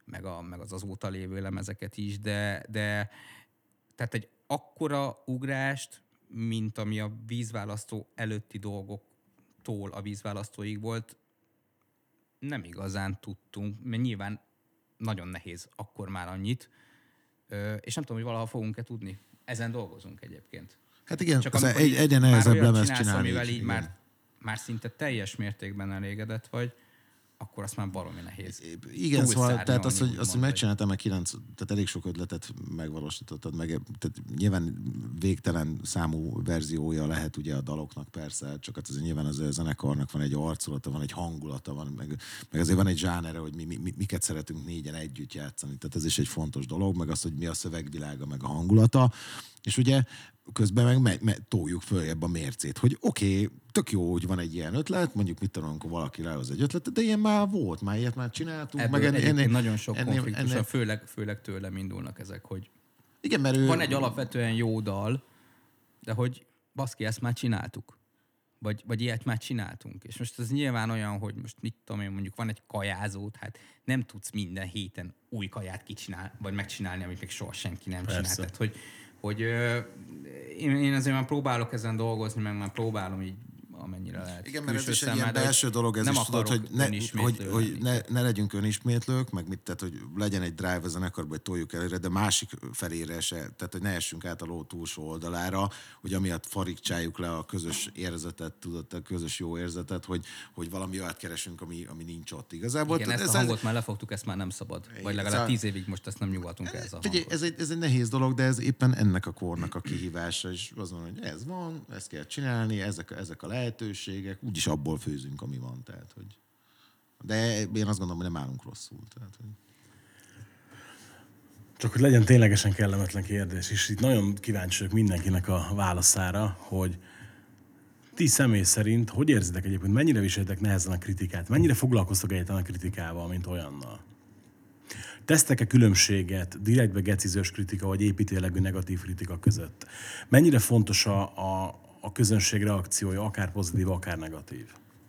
meg, a, meg az azóta lévő lemezeket is, de, de tehát egy akkora ugrást, mint ami a vízválasztó előtti dolgoktól a vízválasztóig volt, nem igazán tudtunk, mert nyilván nagyon nehéz akkor már annyit, és nem tudom, hogy valaha fogunk-e tudni. Ezen dolgozunk egyébként. Hát igen, csak az amikor egy, egyre nehezebb lemez csinálsz, csinálni. amivel így igen. már, már szinte teljes mértékben elégedett vagy, akkor azt már baromi nehéz. Igen, szóval, tehát az, hogy, azt, hogy úgymond, megcsináltam meg kilenc, tehát elég sok ötletet megvalósítottad meg, tehát nyilván végtelen számú verziója lehet ugye a daloknak persze, csak hát ez nyilván az a zenekarnak van egy arculata, van egy hangulata, van, meg, meg azért van egy zsánere, hogy mi, mi, miket szeretünk négyen együtt játszani, tehát ez is egy fontos dolog, meg az, hogy mi a szövegvilága, meg a hangulata, és ugye közben meg me, me, toljuk följebb a mércét, hogy oké, okay, tök jó, hogy van egy ilyen ötlet, mondjuk mit tudom, amikor valaki rához egy ötletet, de ilyen már volt, már ilyet már csináltunk. Ebből meg ennél, ennél, nagyon sok ennél, konfliktus, ennél, főleg, főleg tőlem indulnak ezek, hogy igen, mert ő, van egy alapvetően jó dal, de hogy baszki, ezt már csináltuk. Vagy, vagy ilyet már csináltunk. És most ez nyilván olyan, hogy most mit tudom én, mondjuk van egy kajázót, hát nem tudsz minden héten új kaját kicsinálni, vagy megcsinálni, amit még soha senki nem csinált. Tehát, hogy, hogy ö, én, én azért már próbálok ezen dolgozni, meg már próbálom így amennyire lehet. Igen, mert ez is egy szemmel, ilyen de belső dolog, ez nem is tudod, hogy, ne, hogy, hogy ne, ne legyünk önismétlők, meg mit, tehát, hogy legyen egy drive a zenekarban, hogy toljuk előre, de másik felére se, tehát, hogy ne essünk át a ló túlsó oldalára, hogy amiatt farigcsáljuk le a közös érzetet, tudod, a közös jó érzetet, hogy, hogy valami olyat keresünk, ami, ami nincs ott igazából. Igen, ezt ez, a hangot ez, már lefogtuk, ezt már nem szabad. Vagy legalább tíz évig most ezt nem nyugatunk ez a hangot. Ez egy, ez egy nehéz dolog, de ez éppen ennek a kornak a kihívása, és az van, hogy ez van, ezt kell csinálni, ezek, ezek a lehetőségek, úgyis abból főzünk, ami van. Tehát, hogy... De én azt gondolom, hogy nem állunk rosszul. Tehát, hogy... Csak hogy legyen ténylegesen kellemetlen kérdés, és itt nagyon kíváncsi vagyok mindenkinek a válaszára, hogy ti személy szerint hogy érzitek egyébként, mennyire viseltek nehezen a kritikát, mennyire foglalkoztok egyáltalán a kritikával, mint olyannal? Tesztek-e különbséget direktbe gecizős kritika, vagy építőlegű negatív kritika között? Mennyire fontos a, a, a közönség reakciója, akár pozitív, akár negatív?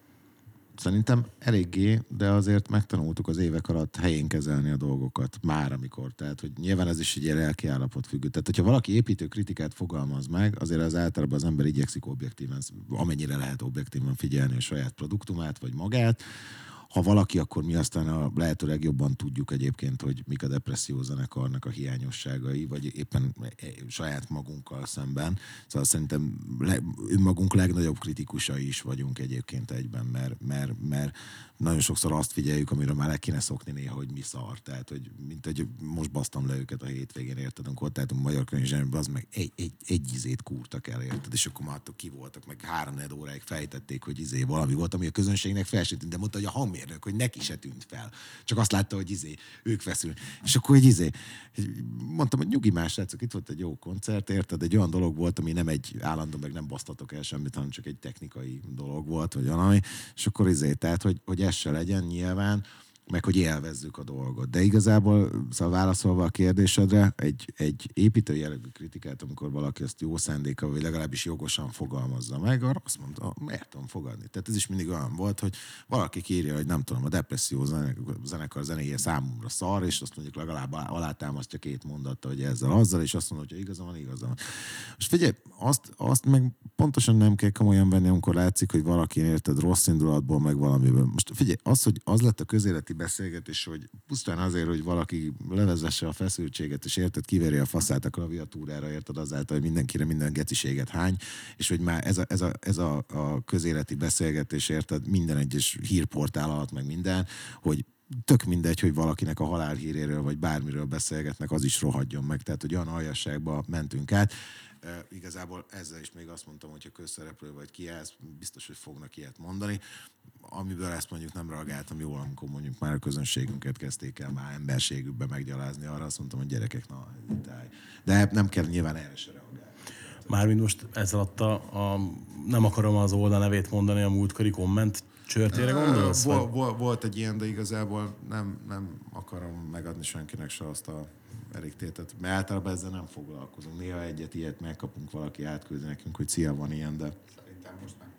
Szerintem eléggé, de azért megtanultuk az évek alatt helyén kezelni a dolgokat már amikor. Tehát, hogy nyilván ez is egy ilyen lelki állapot függő. Tehát, hogyha valaki építő kritikát fogalmaz meg, azért az általában az ember igyekszik objektíven, amennyire lehet objektíven figyelni a saját produktumát, vagy magát. Ha valaki, akkor mi aztán a lehető legjobban tudjuk egyébként, hogy mik a depresszió zenekarnak a hiányosságai, vagy éppen saját magunkkal szemben. Szóval szerintem le, önmagunk legnagyobb kritikusai is vagyunk egyébként egyben, mert, mert, mert nagyon sokszor azt figyeljük, amiről már le kéne szokni néha, hogy mi szar. Tehát, hogy mint hogy most basztam le őket a hétvégén, érted, amikor ott álltunk Magyar Könyvzsányban, az meg egy, egy, egy izét kúrtak el, érted, és akkor már ki voltak, meg három négy óráig fejtették, hogy izé valami volt, ami a közönségnek fel se tűnt, de mondta, hogy a hangmérnök, hogy neki se tűnt fel. Csak azt látta, hogy izé, ők feszülnek. És akkor egy izé, mondtam, hogy nyugi más srácok, itt volt egy jó koncert, érted, egy olyan dolog volt, ami nem egy állandó, meg nem basztatok el semmit, hanem csak egy technikai dolog volt, vagy valami, és akkor izé, tehát, hogy, hogy ez se legyen nyilván, meg hogy élvezzük a dolgot. De igazából, szóval válaszolva a kérdésedre, egy, egy építő jellegű kritikát, amikor valaki azt jó szándékkal, vagy legalábbis jogosan fogalmazza meg, arra azt mondta, mert tudom fogadni. Tehát ez is mindig olyan volt, hogy valaki kírja, hogy nem tudom, a depresszió zenekar zenéje számomra szar, és azt mondjuk legalább alátámasztja két mondatta, hogy ezzel, azzal, és azt mondja, hogy igaza van, igaza van. Most figyelj, azt, azt meg pontosan nem kell komolyan venni, amikor látszik, hogy valaki, érted, rossz indulatból, meg valamiből. Most figyelj, az, hogy az lett a közéleti beszélgetés, hogy pusztán azért, hogy valaki levezesse a feszültséget, és érted, kiveri a faszát a klaviatúrára, érted, azáltal, hogy mindenkire minden geciséget hány, és hogy már ez a, ez a, ez a, a közéleti beszélgetés, érted, minden egyes hírportál alatt, meg minden, hogy tök mindegy, hogy valakinek a halálhíréről, vagy bármiről beszélgetnek, az is rohadjon meg. Tehát, hogy olyan aljasságba mentünk át. E, igazából ezzel is még azt mondtam, hogyha közszereplő vagy kiállsz, biztos, hogy fognak ilyet mondani. Amiből ezt mondjuk nem reagáltam jól, amikor mondjuk már a közönségünket kezdték el már emberségükbe meggyalázni, arra azt mondtam, hogy gyerekek, na, táj. De nem kell nyilván erre se reagálni. Mármint most ez alatt a, a nem akarom az oldal nevét mondani, a múltkori komment csörtére gondolsz? Vol, vol, volt egy ilyen, de igazából nem, nem akarom megadni senkinek se azt a elégtétet, mert általában ezzel nem foglalkozunk. Néha egyet ilyet megkapunk, valaki átküldi nekünk, hogy szia, van ilyen, de... Szerintem most nem.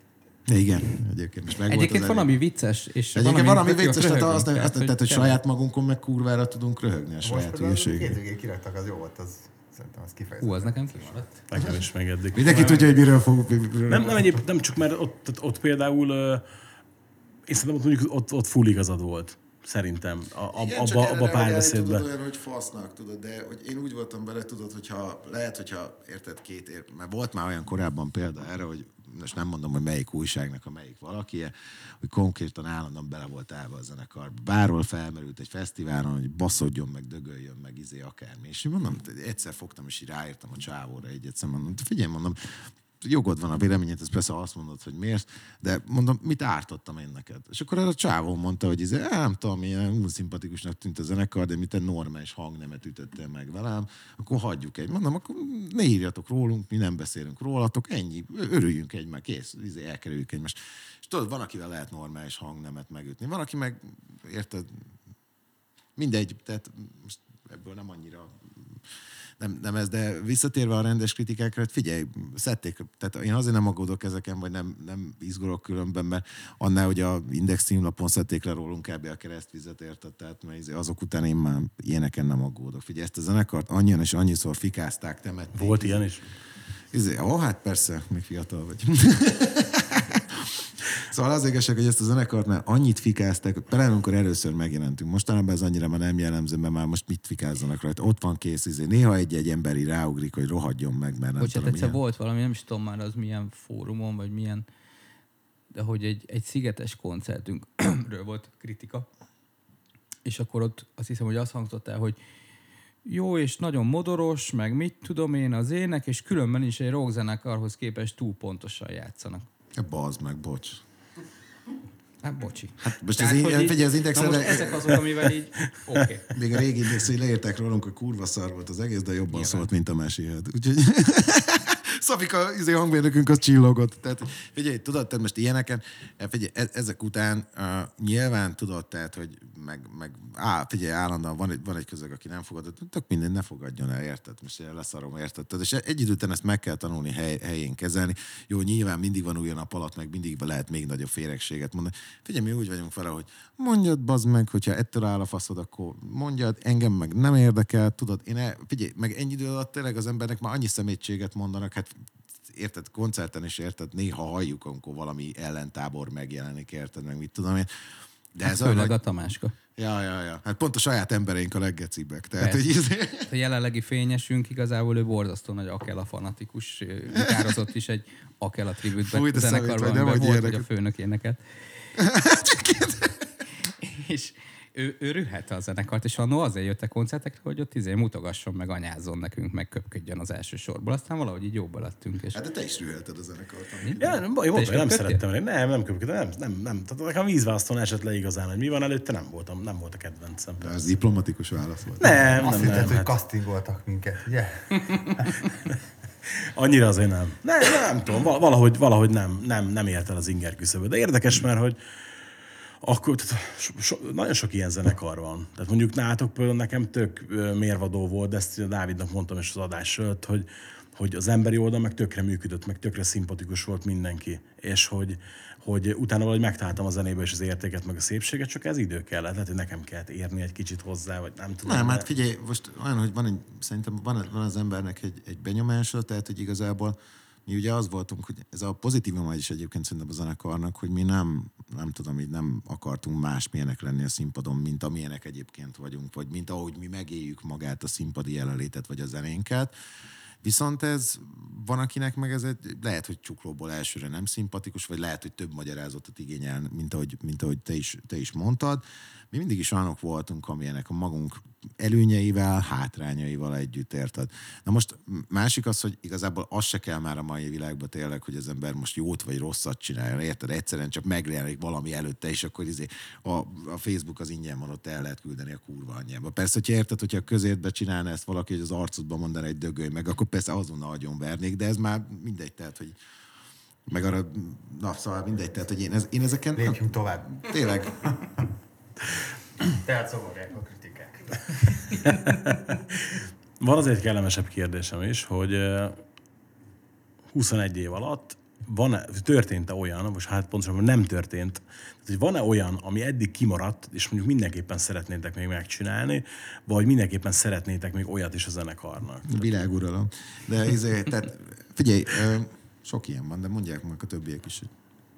Igen, egyébként is meg Egyébként van, ami vicces, és Egyébként van, ami tök jól vicces, tehát röhögünk, azt nem, azt nem, tehát, hogy tényleg. saját magunkon meg kurvára tudunk röhögni a Most saját például a két hülyeségre. végén kiraktak, az jó volt, az szerintem az kifejezetten. Hú, az nekem kimaradt. Nekem is megeddig. Mindenki tudja, hogy miről fog... Miről Nem, nem, egyéb, nem csak, mert ott, ott, ott például uh, én szerintem ott, mondjuk, ott, ott full igazad volt. Szerintem. A, a, abba, abba párbeszédben. Tudod olyan, hogy fasznak, tudod, de hogy én úgy voltam bele, tudod, hogyha lehet, hogyha érted két ér, mert volt már olyan korábban példa erre, hogy most nem mondom, hogy melyik újságnak a melyik valakie, hogy konkrétan állandóan bele volt állva a zenekarba. Bárhol felmerült egy fesztiválon, hogy baszodjon, meg dögöljön, meg izé akármi. És én mondom, egyszer fogtam, és így ráírtam a csávóra egy egyszer, mondom, figyelj, mondom, jogod van a véleményed, ez persze azt mondod, hogy miért, de mondom, mit ártottam én neked? És akkor a csávó mondta, hogy izé, nem tudom, ilyen unszimpatikusnak tűnt a zenekar, de mi te normális hangnemet ütöttél meg velem, akkor hagyjuk egy. Mondom, akkor ne írjatok rólunk, mi nem beszélünk rólatok, ennyi, örüljünk egymás, kész, izé, elkerüljük egymást. És tudod, van, akivel lehet normális hangnemet megütni, van, aki meg, érted, mindegy, tehát most ebből nem annyira... Nem, nem ez, de visszatérve a rendes kritikákra, hát figyelj, szedték, tehát én azért nem aggódok ezeken, vagy nem, nem izgulok különben, mert annál, hogy a Index címlapon szedték le rólunk kb. A keresztvizet, érted, tehát mert azok után én már ilyeneken nem aggódok. Figyelj, ezt a zenekart annyian és annyiszor fikázták, temették. Volt ilyen is? Izé, ó, hát persze, még fiatal vagy. Szóval az igazság, hogy ezt a zenekart már annyit fikázták, például amikor először megjelentünk. Mostanában ez annyira már nem jellemző, mert már most mit fikázzanak rajta. Ott van kész, izé. Néha egy-egy emberi ráugrik, hogy rohadjon meg, mert nem Bocsánat, tudom, egyszer milyen. volt valami, nem is tudom már az milyen fórumon, vagy milyen, de hogy egy, egy szigetes koncertünkről volt kritika, és akkor ott azt hiszem, hogy azt hangzott el, hogy jó és nagyon modoros, meg mit tudom én az ének, és különben is egy rockzenekarhoz képest túl pontosan játszanak. Bazd meg, bocs. Hát bocsi. Hát most Tehát, az, hogy így, így- figyelj, az Na indexre, most ezek azok, amivel így, oké. Okay. még a régi indexre leírták rólunk, hogy kurva szar volt az egész, de jobban Nyilván. szólt, mint a meséhed. Úgyhogy Szafika, izé hangmérnökünk az csillogott. Tehát figyelj, tudod, tehát most ilyeneken, figyelj, e- ezek után uh, nyilván tudod, tehát, hogy meg, meg á, figyelj, állandóan van egy, van egy közeg, aki nem fogadott, tök minden ne fogadjon el, érted? Most én leszarom, érted? És egy idő után ezt meg kell tanulni hely, helyén kezelni. Jó, nyilván mindig van új a nap alatt, meg mindig lehet még nagyobb féregséget mondani. Figyelj, mi úgy vagyunk vele, hogy mondjad, bazd meg, hogyha ettől áll a faszod, akkor mondjad, engem meg nem érdekel, tudod, én el, figyelj, meg ennyi idő alatt tényleg az embernek már annyi szemétséget mondanak, hát érted, koncerten is érted, néha halljuk, amikor valami ellentábor megjelenik, érted, meg mit tudom én. De ez Főleg olyan, a Tamáska. ja, ja, ja. Hát pont a saját embereink a leggecibbek. Tehát, Persze. hogy izé- A jelenlegi fényesünk igazából ő borzasztó nagy Akela fanatikus, gitározott is egy Akela tribütben Fúj, de zenekarban, számít, vagy nem, amiben hogy volt, hogy a ilyeneket. főnök énekelt. És ő, ő rühette a zenekart, és annó azért jött a koncertekre, hogy ott izé mutogasson, meg anyázzon nekünk, meg köpködjön az első sorból. Aztán valahogy így jobban lettünk. És... Hát de te is rühelted a zenekart. Ja, nem, baj, volt, is nem köpködtél? szerettem elég. Nem, nem köpködtem, nem, nem, nem. Tehát nekem a vízválasztón esett le igazán, hogy mi van előtte, nem voltam, nem volt a kedvencem. Ez diplomatikus válasz volt. Nem, Azt nem, hitted, nem. hogy Hát castingoltak minket, ugye? annyira azért nem. Nem, nem tudom, val- valahogy, valahogy nem, nem, nem ért el az inger küszöböt. De érdekes, mert hogy akkor tehát so, so, nagyon sok ilyen zenekar van. Tehát mondjuk nálatok például nekem tök ö, mérvadó volt, de ezt a Dávidnak mondtam is az adás előtt, hogy, hogy az emberi oldal meg tökre működött, meg tökre szimpatikus volt mindenki. És hogy, hogy utána valahogy megtaláltam a zenéből is az értéket, meg a szépséget, csak ez idő kellett. Lehet, hogy nekem kellett érni egy kicsit hozzá, vagy nem tudom. Nem, de- hát figyelj, most olyan, hogy van egy, szerintem van, van az embernek egy, egy benyomása, tehát, hogy igazából mi ugye az voltunk, hogy ez a pozitívum is egyébként szerintem a zenekarnak, hogy mi nem, nem tudom, így nem akartunk másmilyenek lenni a színpadon, mint amilyenek egyébként vagyunk, vagy mint ahogy mi megéljük magát a színpadi jelenlétet, vagy a zenénket. Viszont ez van, akinek meg ez egy, lehet, hogy csuklóból elsőre nem szimpatikus, vagy lehet, hogy több magyarázatot igényel, mint ahogy, mint ahogy te, is, te is mondtad. Mi mindig is olyanok voltunk, amilyenek a magunk előnyeivel, hátrányaival együtt, érted? Na most másik az, hogy igazából az se kell már a mai világban tényleg, hogy az ember most jót vagy rosszat csinálja, érted? Egyszerűen csak megjelenik valami előtte, és akkor izé a, a Facebook az ingyen van, ott el lehet küldeni a kurva anyjába. Persze, hogyha érted, hogyha a közértbe csinálna ezt valaki, hogy az arcodban mondaná egy dögölj meg, akkor persze azonnal agyonvernék, de ez már mindegy, tehát, hogy meg arra, na, szóval mindegy, tehát, hogy én, ez, én ezeken... Lépjünk tovább. Tényleg. Tehát szagolják a kritikák. Van azért kellemesebb kérdésem is, hogy eh, huszonegy év alatt van-e, történt-e olyan, most hát pontosan nem történt, tehát, hogy van-e olyan, ami eddig kimaradt, és mondjuk mindenképpen szeretnétek még megcsinálni, vagy mindenképpen szeretnétek még olyat is a zenekarnak? Világuralom. De izé, tehát figyelj, ö, sok ilyen van, de mondják meg a többiek is.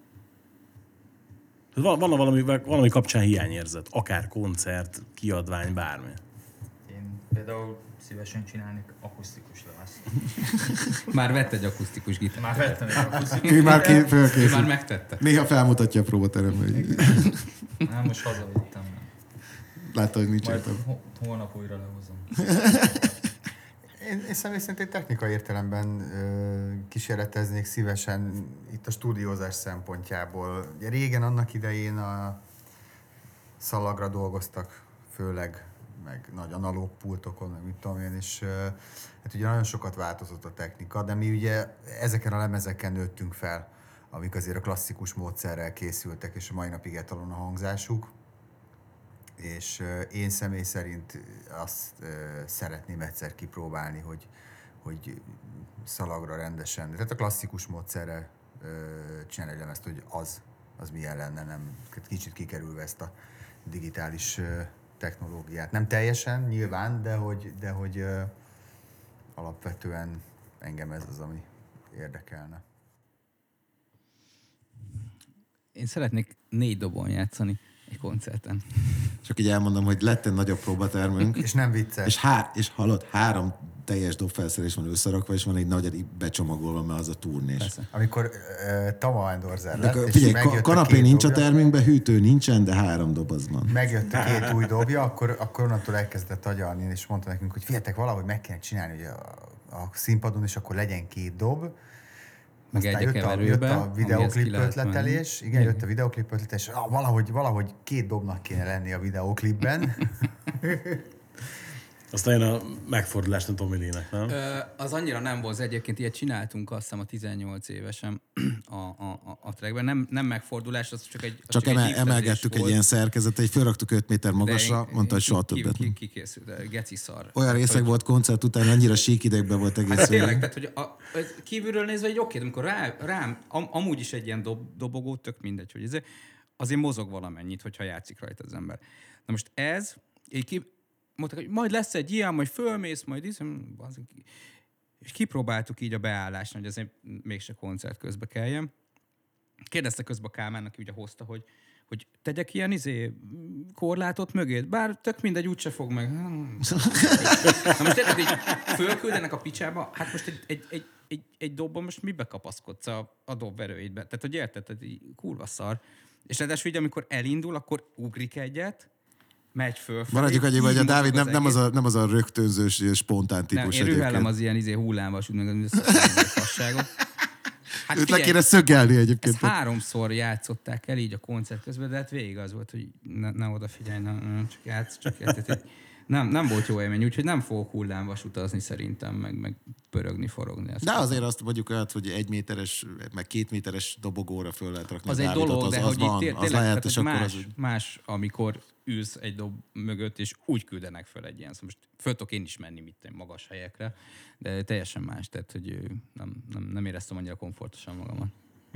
Van, van valami, valami kapcsán hiányérzet, akár koncert, kiadvány, bármi. Én például szívesen csinálnék akusztikus lemezt. Már vett egy akusztikus gitárt. Már vettem egy akusztikus Ő már ki, Ő fölkészült. már megtette. Néha felmutatja a próbaterembe, hogy Nem, most hazavittem. látta, hogy nincs Majd értelme. ho- holnap újra lehozom. Én, én személy szerint egy technikai értelemben ö, kísérleteznék szívesen itt a stúdiózás szempontjából. Ugye régen annak idején a szalagra dolgoztak főleg, meg nagy analóg pultokon, meg mit tudom én, és ö, hát ugye nagyon sokat változott a technika, de mi ugye ezeken a lemezeken nőttünk fel, amik azért a klasszikus módszerrel készültek, és a mai napig etalon a hangzásuk. És uh, én személy szerint azt uh, szeretném egyszer kipróbálni, hogy, hogy szalagra rendesen, tehát a klasszikus módszerrel uh, csinálni egy lemezt, hogy az, az milyen lenne, nem kicsit kikerülve ezt a digitális uh, technológiát. Nem teljesen, nyilván, de hogy, de hogy uh, alapvetően engem ez az, ami érdekelne. Én szeretnék négy dobon játszani egy koncerten. Csak így elmondom, hogy lett egy nagyobb próbatermünk, És nem vicces. és, há- és hallott, három teljes dobfelszerelés van összerakva, és van egy nagy becsomagolva, mert az a turnés. Persze. Amikor uh, Tama Endorzer De lett, akkor és figyelj, megjött ka- a kanapé két nincs a dobja, termünkben, hűtő nincsen, de három dob az van. megjött a két új dobja, akkor, akkor onnantól elkezdett agyalni, és mondta nekünk, hogy figyeljetek, valahogy meg kéne csinálni hogy a, a színpadon, és akkor legyen két dob. Meg Aztán egy a jött a, keverőbe, jött a amihez videóklip ki lehet ötletelés, igen, jött a videóklip ötletelés, ah, valahogy, valahogy két dobnak kéne lenni a videóklipben. Aztán jön a megfordulás a Tommy Lee-nek, nem? Ö, az annyira nem volt, egyébként ilyet csináltunk azt hiszem a tizennyolc évesen a, a, a, a trackben. Nem, nem megfordulás, az csak egy az Csak egy emel, hívfezés emelgettük egy volt, ilyen szerkezet, egy fölraktuk öt méter de magasra, én- mondta, hogy soha ki- többet. ki- nem. Kikészült, geci szar. Olyan részeg volt koncert után, annyira sík idegben volt egész Hát tényleg, végig. tehát, hogy a, ez kívülről nézve egy oké, de amikor rá, rám, am, amúgy is egy ilyen dob, dobogó, tök mindegy, hogy ez, azért mozog valamennyit, hogyha játszik rajta az ember. Na most ez, így ki, mondták, hogy majd lesz egy ilyen, majd fölmész, majd iszem, és kipróbáltuk így a beállást, hogy azért mégse koncert közbe kelljen. Kérdezte közben a Kálmán, aki ugye hozta, hogy, hogy tegyek ilyen izé, korlátot mögé, bár tök mindegy, úgyse fog meg. Hmm. Na most érted, így fölküldenek a picsába, hát most egy, egy, egy, egy, egy dobban most mibe kapaszkodsz a, a dobverőidbe? Tehát, hogy érted, tehát így kurva szar. És ráadásul így, amikor elindul, akkor ugrik egyet, megy fölfelé. Maradjuk annyi, így hogy a mozog Dávid nem, nem, az egész. a, nem az a rögtönzős, spontán Nem, típus én rühellem egyébként. az ilyen izé hullámvasút, meg az összes fasságot. Hát Őt le figyelj, kéne szögelni egyébként. ezt háromszor játszották el így a koncert közben, de hát végig az volt, hogy ne, ne odafigyelj, ne, ne, csak játsz, csak játsz. Tehát, így nem, nem volt jó élmény, úgyhogy nem fogok hullámvasutazni szerintem, meg, meg pörögni, forogni. Ezt De azért azt mondjuk olyat, hogy egy méteres, meg két méteres dobogóra föl lehet rakni az a egy Dávidot, dolog, az, de az hogy van, itt té- az tényleg, lehet, tehát, és hogy akkor más, az... más, amikor ülsz egy dob mögött, és úgy küldenek föl egy ilyen. Szóval most föl tudok én is menni mit tudom, magas helyekre, de teljesen más, tehát hogy ö, nem, nem, nem éreztem annyira komfortosan magamat.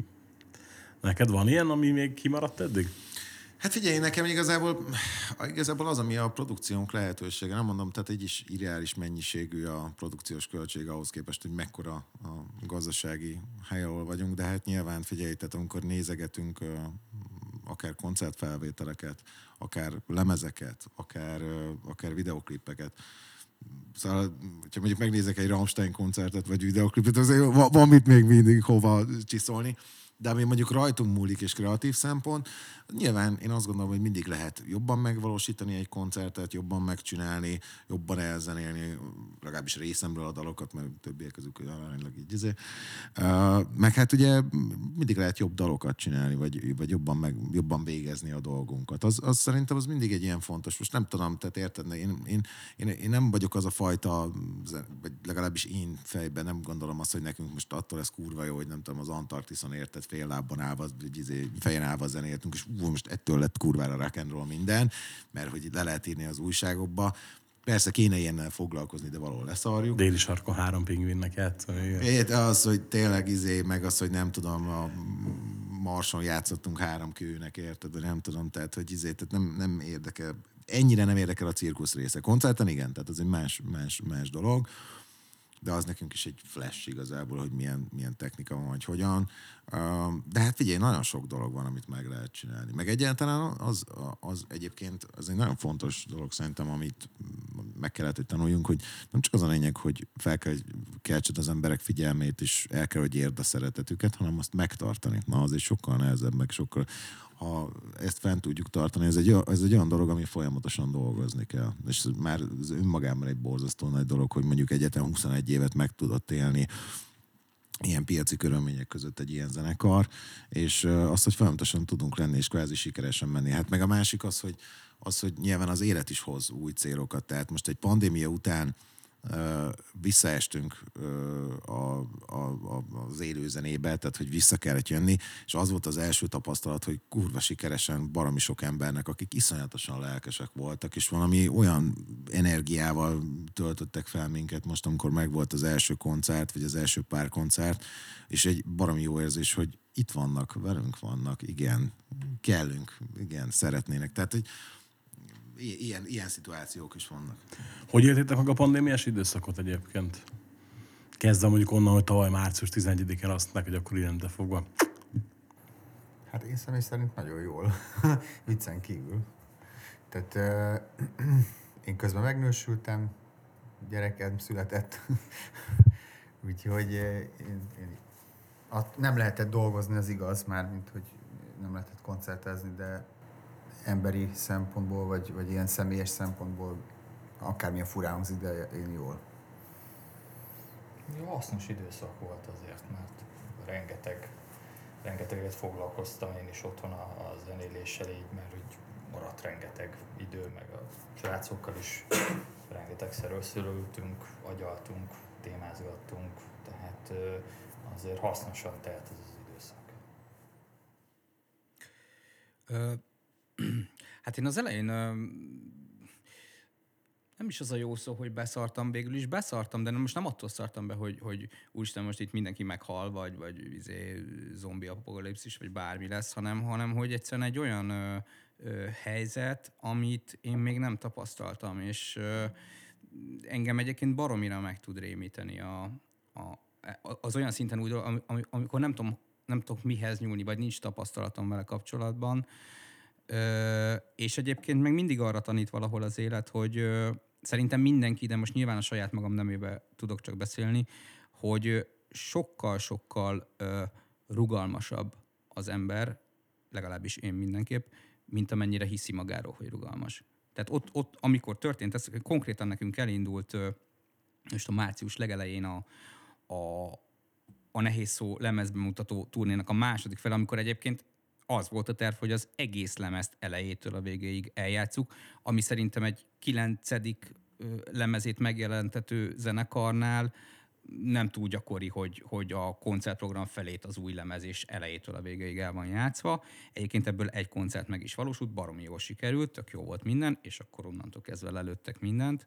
Neked van ilyen, ami még kimaradt eddig? Hát figyelj, nekem igazából, igazából az, ami a produkciónk lehetősége. Nem mondom, tehát egy is irreális mennyiségű a produkciós költség ahhoz képest, hogy mekkora a gazdasági hely, ahol vagyunk, de hát nyilván figyelj, tehát amikor nézegetünk ö, akár koncertfelvételeket, akár lemezeket, akár, ö, akár videoklipeket, szóval, ha mondjuk megnézek egy Rammstein koncertet, vagy videoklipet, azért van, van mit még mindig hova csiszolni. De ami mondjuk rajtunk múlik és kreatív szempont, nyilván én azt gondolom, hogy mindig lehet jobban megvalósítani egy koncertet, jobban megcsinálni, jobban elzenélni, legalábbis részemről a dalokat, mert többiek közük aránylag így izé. Uh, meg hát ugye mindig lehet jobb dalokat csinálni, vagy, vagy jobban, meg, jobban végezni a dolgunkat. Az, az szerintem az mindig egy ilyen fontos. Most nem tudom, tehát érted, én, én, én, én nem vagyok az a fajta, vagy legalábbis én fejben nem gondolom azt, hogy nekünk most attól ez kurva jó, hogy nem tudom, az Antarktiszon érted, fél lábban állva, vagy izé, fejen állva zenéltünk, és ú, most ettől lett kurvára rock and roll minden, mert hogy le lehet írni az újságokba. Persze kéne ilyennel foglalkozni, de valahol leszarjuk. Déli sarkon három pingvinnek játszani. Ét, az, hogy tényleg izé, meg az, hogy nem tudom, a Marson játszottunk három kőnek, érted, vagy nem tudom, tehát, hogy izé, tehát nem, nem érdekel, ennyire nem érdekel a cirkusz része. Koncerten igen, tehát az egy más, más, más dolog, de az nekünk is egy flash igazából, hogy milyen, milyen technika van, vagy hogyan. De hát figyelj, nagyon sok dolog van, amit meg lehet csinálni. Meg egyáltalán az, az egyébként az egy nagyon fontos dolog szerintem, amit meg kellett, hogy tanuljunk, hogy nem csak az a lényeg, hogy fel kell, hogy keltsed az emberek figyelmét, és el kell, hogy érd a szeretetüket, hanem azt megtartani. Na, az egy sokkal nehezebb, meg sokkal, ha ezt fent tudjuk tartani, ez egy, ez egy olyan dolog, ami folyamatosan dolgozni kell. És már az önmagában egy borzasztó nagy dolog, hogy mondjuk egyetem huszonegy évet meg tudott élni ilyen piaci körülmények között egy ilyen zenekar, és azt, hogy folyamatosan tudunk lenni, és kvázi sikeresen menni. Hát meg a másik az, hogy, az, hogy nyilván az élet is hoz új célokat. Tehát most egy pandémia után Uh, visszaestünk uh, a, a, a, az élőzenébe, tehát hogy vissza kellett jönni, és az volt az első tapasztalat, hogy kurva sikeresen baromi sok embernek, akik iszonyatosan lelkesek voltak, és valami olyan energiával töltöttek fel minket most, amikor megvolt az első koncert, vagy az első pár koncert, és egy baromi jó érzés, hogy itt vannak, velünk vannak, igen, kellünk, igen, szeretnének. Tehát, hogy Ilyen, ilyen szituációk is vannak. Hogy éltétek meg a pandémiás időszakot egyébként? Kezdve mondjuk onnan, hogy tavaly március tizenegyedikén azt mondták, hogy akkor innentől fogva. Hát én személy szerint nagyon jól. Viccen kívül. Tehát uh, én közben megnősültem, gyerekem született. Úgyhogy uh, én, én, at, nem lehetett dolgozni, az igaz, már mint hogy nem lehetett koncertezni, de emberi szempontból, vagy, vagy ilyen személyes szempontból, akármilyen furán hangzik, de én jól. Jó, hasznos időszak volt azért, mert rengeteg, rengeteget foglalkoztam én is otthon a, a zenéléssel így, mert úgy maradt rengeteg idő, meg a srácokkal is rengetegszer összeültünk, agyaltunk, témázgattunk, tehát azért hasznosan telt ez az időszak. Ö, hát én az elején ö, nem is az a jó szó, hogy beszartam, végül is beszartam, de most nem attól szartam be, hogy, hogy úristen, most itt mindenki meghal, vagy, vagy izé, zombi apokalipszis, vagy bármi lesz, hanem, hanem hogy egyszerűen egy olyan ö, ö, helyzet, amit én még nem tapasztaltam, és ö, engem egyébként baromira meg tud rémíteni a, a, az olyan szinten úgy, am, amikor nem tudom, nem tudok mihez nyúlni, vagy nincs tapasztalatom vele kapcsolatban, ö, és egyébként meg mindig arra tanít valahol az élet, hogy ö, szerintem mindenki, de most nyilván a saját magam nemébe tudok csak beszélni, hogy sokkal-sokkal ö, rugalmasabb az ember, legalábbis én mindenképp, mint amennyire hiszi magáról, hogy rugalmas. Tehát ott, ott amikor történt, ez konkrétan nekünk elindult ö, most a március legelején a, a, a Nehéz Szó lemezbemutató turnénak a második fele, amikor egyébként az volt a terv, hogy az egész lemezt elejétől a végéig eljátszuk, ami szerintem egy kilencedik lemezét megjelentető zenekarnál nem túl gyakori, hogy, hogy a koncertprogram felét az új lemez és elejétől a végéig el van játszva. Egyébként ebből egy koncert meg is valósult, baromi jól sikerült, tök jó volt minden, és akkor onnantól kezdve lelőttek mindent.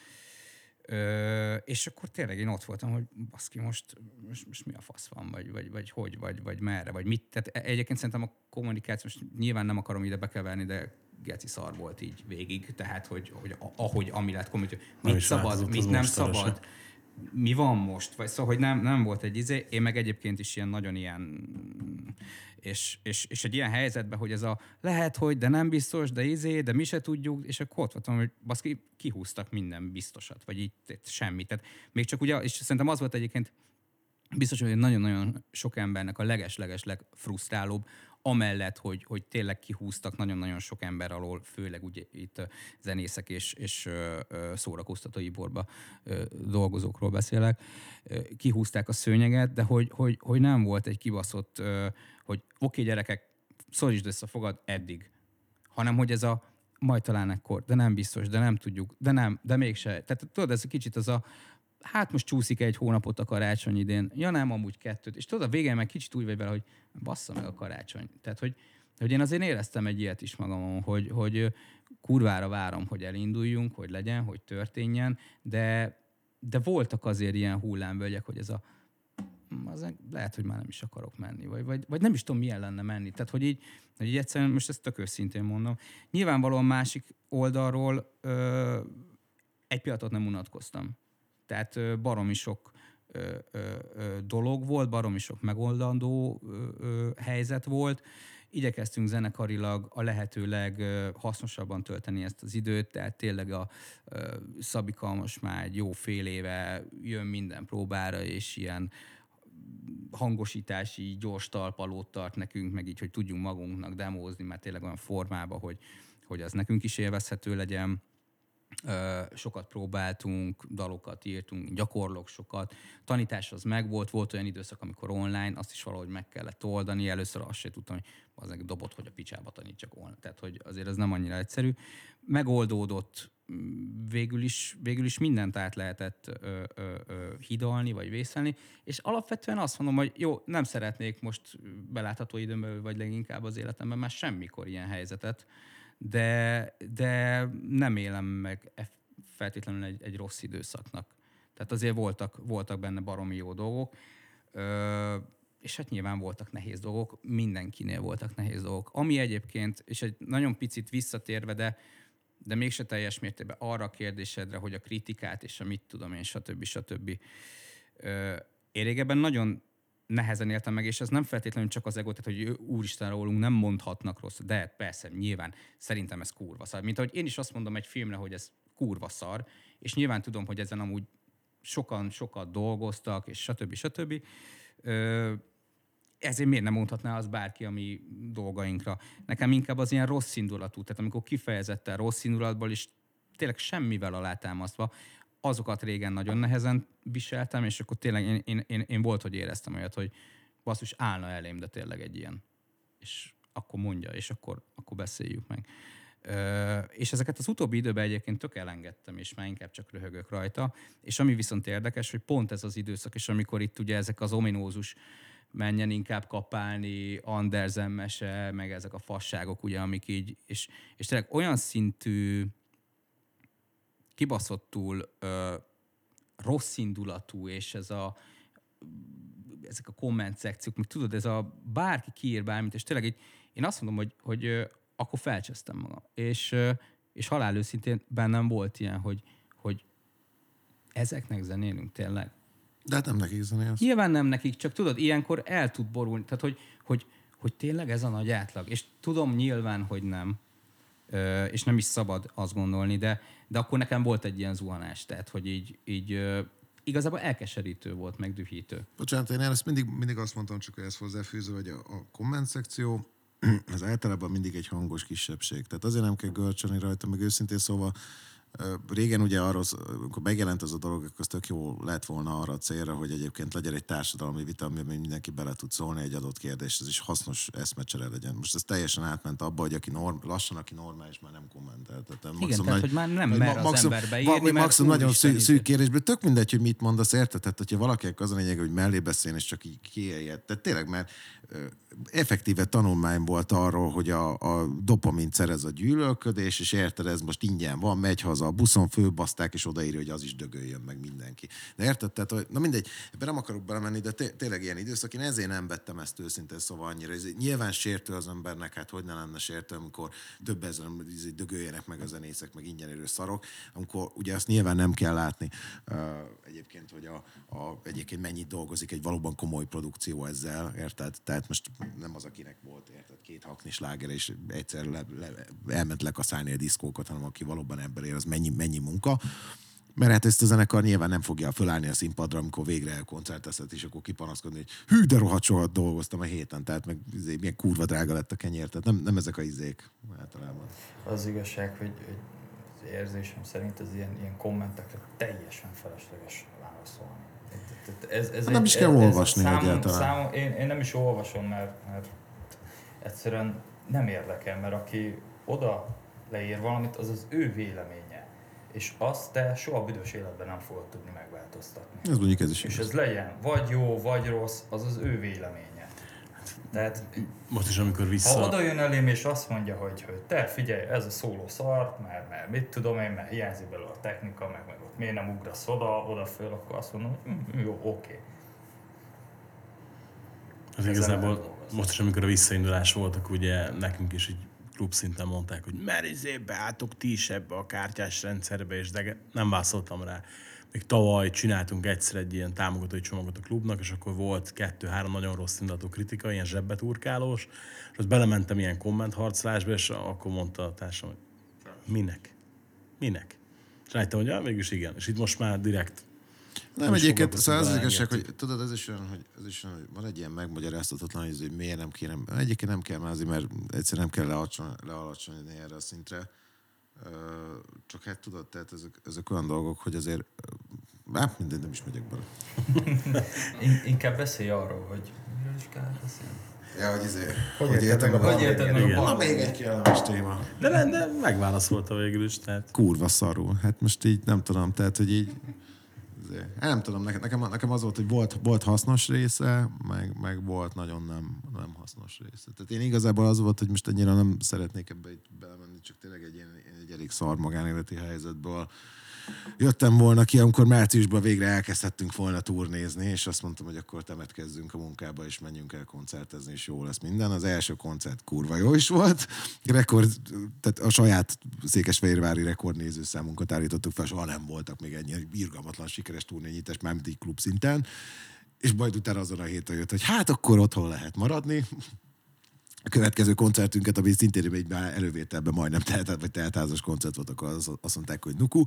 Ö, és akkor tényleg én ott voltam, hogy baszki, most, most, most mi a fasz van, vagy, vagy, vagy hogy, vagy, vagy merre, vagy mit. Tehát egyébként szerintem a kommunikáció, most nyilván nem akarom ide bekeverni, de geci szar volt így végig, tehát hogy, hogy ahogy ami lett kommunikáció, mit szabad, mit nem szabad, mi van most, vagy szóval, hogy nem, nem volt egy izé, én meg egyébként is ilyen nagyon ilyen, és, és, és egy ilyen helyzetben, hogy ez a lehet, hogy, de nem biztos, de izé, de mi se tudjuk, és akkor ott voltam, hogy baszki, kihúztak minden biztosat, vagy így semmit. Tehát még csak ugye, és szerintem az volt egyébként biztos, hogy nagyon-nagyon sok embernek a leges-leges legfrusztrálóbb, amellett, hogy, hogy tényleg kihúztak nagyon-nagyon sok ember alól, főleg ugye itt zenészek és, és szórakoztatóiborba dolgozókról beszélek, kihúzták a szőnyeget, de hogy, hogy, hogy nem volt egy kibaszott, hogy oké, okay, gyerekek, szorítsd össze fogad eddig, hanem hogy ez a majd talán ekkor, de nem biztos, de nem tudjuk, de nem, de mégse. Tehát tudod, ez kicsit az a hát most csúszik egy hónapot a karácsony idén, ja nem, amúgy kettőt, és tudod, a végén meg kicsit úgy vagy vele, hogy bassza meg a karácsony. Tehát, hogy, De hogy én azért éreztem egy ilyet is magamon, hogy, hogy kurvára várom, hogy elinduljunk, hogy legyen, hogy történjen, de, de voltak azért ilyen hullámvölgyek, hogy ez a az lehet, hogy már nem is akarok menni, vagy, vagy, vagy nem is tudom, milyen lenne menni. Tehát, hogy így, hogy így egyszerűen, most ezt tök őszintén mondom, nyilvánvalóan másik oldalról ö, egy pillanatot nem unatkoztam. Tehát ö, baromi sok ö, ö, ö, dolog volt, baromi sok megoldandó ö, ö, helyzet volt. Igyekeztünk zenekarilag a lehető leghasznosabban tölteni ezt az időt, tehát tényleg a ö, Szabika most már egy jó fél éve jön minden próbára, és ilyen hangosítási gyors talpalót tart nekünk, meg így, hogy tudjunk magunknak demózni, mert tényleg olyan formában, hogy, hogy az nekünk is élvezhető legyen. Ö, sokat próbáltunk, dalokat írtunk, gyakorlok sokat. Tanítás az megvolt, volt olyan időszak, amikor online, azt is valahogy meg kellett oldani. Először azt sem tudtam, hogy az egy dobott, hogy a picsába tanítsak online. Tehát, hogy azért ez nem annyira egyszerű. Megoldódott, végül is, végül is mindent át lehetett ö, ö, ö, hidalni, vagy vészelni, és alapvetően azt mondom, hogy jó, nem szeretnék most belátható időmben, vagy leginkább az életemben már semmikor ilyen helyzetet, de, de nem élem meg feltétlenül egy, egy rossz időszaknak. Tehát azért voltak, voltak benne baromi jó dolgok, ö, és hát nyilván voltak nehéz dolgok, mindenkinél voltak nehéz dolgok. Ami egyébként, és egy nagyon picit visszatérve, de de mégse teljes mértékben arra a kérdésedre, hogy a kritikát és a mit tudom én, stb. stb. Ö, én régebben nagyon nehezen éltem meg, és ez nem feltétlenül csak az ego, tehát hogy úristen rólunk nem mondhatnak rossz, de persze, nyilván szerintem ez kurva szar. Mint ahogy én is azt mondom egy filmre, hogy ez kurva szar, és nyilván tudom, hogy ezen amúgy sokan, sokat dolgoztak, és stb. stb. Ö, ezért miért nem mondhatná az bárki a mi dolgainkra. Nekem inkább az ilyen rossz indulatú, tehát amikor kifejezetten rossz indulatból is tényleg semmivel alátámasztva, azokat régen nagyon nehezen viseltem, és akkor tényleg én, én, én, én volt, hogy éreztem olyat, hogy basszus, állna elém, de tényleg egy ilyen. És akkor mondja, és akkor, akkor beszéljük meg. Ö, és ezeket az utóbbi időben egyébként tök elengedtem, és már inkább csak röhögök rajta. És ami viszont érdekes, hogy pont ez az időszak, és amikor itt ugye ezek az ominózus menjen inkább kapálni, Andersen mese, meg ezek a fasságok, ugye, amik így, és, és tényleg olyan szintű kibaszottul ö, rossz indulatú, és ez a ezek a komment szekciók, meg tudod, ez a bárki kiír bármit, és tényleg így, én azt mondom, hogy, hogy ö, akkor felcsesztem magam. És, ö, és halál őszintén bennem volt ilyen, hogy, hogy ezeknek zenélünk tényleg. De hát nem nekik zenélsz. Nyilván nem nekik, csak tudod, ilyenkor el tud borulni. Tehát, hogy, hogy, hogy tényleg ez a nagy átlag. És tudom nyilván, hogy nem. Ö, és nem is szabad azt gondolni, de, de akkor nekem volt egy ilyen zuhanás. Tehát, hogy így, így ö, igazából elkeserítő volt, meg dühítő. Bocsánat, én ezt mindig, mindig azt mondtam, csak ezt hozzáfűzve, hogy a, a komment szekció az általában mindig egy hangos kisebbség. Tehát azért nem kell görcsölni rajta, meg őszintén szóval régen ugye arról, amikor megjelent ez a dolog, akkor az tök jó lett volna arra a célra, hogy egyébként legyen egy társadalmi vita, amiben mindenki bele tud szólni egy adott kérdést, ez is hasznos eszmecsere legyen. Most ez teljesen átment abba, hogy aki norm, lassan, aki normális, már nem kommentel. Tehát igen, tehát nagy, hogy már nem mer az maximum, ember beírni, mert maximum nagyon szű, szűk kérdésből, tök mindegy, hogy mit mondasz, érted? Tehát, hogyha valakinek az a lényeg, hogy mellé beszélni, és csak így kiéljed. Tehát tényleg, mert effektíve tanulmány volt arról, hogy a, a dopamint szerez a gyűlölködés, és érted, ez most ingyen van, megy haza a buszon, fölbaszták, és odaírja, hogy az is dögöljön meg mindenki. De érted? Tehát, hogy, na mindegy, ebben nem akarok belemenni, de té- tényleg ilyen időszak, én ezért nem vettem ezt őszintén, szóval annyira. Ez nyilván sértő az embernek, hát hogy ne lenne sértő, amikor több ezeren dögöljenek meg a zenészek, meg ingyen érő szarok, amikor ugye azt nyilván nem kell látni uh, egyébként, hogy a, a, egyébként mennyit dolgozik egy valóban komoly produkció ezzel, érted? Tehát most nem az, akinek volt, érted, két hakni sláger, és egyszer le, le, elment lekaszálni a diszkókat, hanem aki valóban ebből ér, az mennyi, mennyi munka. Mert hát ezt a zenekar nyilván nem fogja fölállni a színpadra, amikor végre elkoncertezhet, és akkor kipanaszkodni, hogy hű, de rohadt sokat dolgoztam a héten, tehát meg izé, milyen kurva drága lett a kenyér, tehát nem, nem ezek a izék általában. Az igazság, hogy, hogy az érzésem szerint az ilyen, ilyen kommentekre teljesen felesleges válaszolni. Ez, ez nem egy, is kell ez, olvasni ez egyáltalán. Számom, én, én nem is olvasom, mert, mert egyszerűen nem érdekel, mert aki oda leír valamit, az az ő véleménye. És azt te soha büdös életben nem fogod tudni megváltoztatni. Ez mondjuk ez is És igaz. ez legyen vagy jó, vagy rossz, az az ő véleménye. Tehát Most is, amikor vissza... ha oda jön elém és azt mondja, hogy, hogy te figyelj, ez a szóló szar, mert, mert mit tudom én, mert hiányzik belőle a technika, meg, meg ott miért nem ugrasz oda, oda föl, akkor azt mondom, hogy hm, jó, oké. Okay. Az igazából most is, amikor a visszaindulás voltak, ugye nekünk is így klub szinten mondták, hogy mert izé beálltok ti is ebbe a kártyás rendszerbe, és de nem válaszoltam rá. Még tavaly csináltunk egyszer egy ilyen támogatói csomagot a klubnak, és akkor volt kettő-három nagyon rossz indulatú kritika, ilyen zsebbetúrkálós, és ott belementem ilyen kommentharcolásba, és akkor mondta a társam, hogy minek? Minek? És rájöttem, hogy ja, mégis igen. És itt most már direkt Nem, egyébként szóval az az igazság, hogy tudod, ez is olyan, hogy, ez is olyan, hogy van egy ilyen megmagyarázhatatlan, hogy, hogy miért nem kéne. Egyébként nem kell már azért, mert egyszerűen nem kell lealacsonyodni erre a szintre. Csak hát tudod, tehát ezek, ezek olyan dolgok, hogy azért hát mindegy, nem is megyek bele. In, inkább beszélj arról, hogy miről is kell beszélni. Ja, hogy izé, Hogy hogy érted értem meg a a Hogy érted meg a Na, bal? még egy kellemes téma. De, de, de megválaszolta végül is, tehát... Kurva szarul. Hát most így nem tudom, tehát, hogy így nem tudom, nekem, nekem az volt, hogy volt, volt hasznos része, meg, meg volt nagyon nem, nem hasznos része. Tehát én igazából az volt, hogy most annyira nem szeretnék ebbe belemenni, csak tényleg egy, ilyen, egy elég szar magánéleti helyzetből jöttem volna ki, amikor márciusban végre elkezdhettünk volna turnézni, és azt mondtam, hogy akkor temetkezzünk a munkába, és menjünk el koncertezni, és jó lesz minden. Az első koncert kurva jó is volt. Rekord, tehát a saját székesfehérvári rekordnézőszámunkat állítottuk fel, soha nem voltak még ennyi irgalmatlan sikeres turnényítás, mármint így klub szinten. És majd utána azon a héten jött, hogy hát akkor otthon lehet maradni. A következő koncertünket, ami szintén egy már elővételben majdnem tehet, vagy teltházas koncert volt, akkor azt mondták, hogy nuku.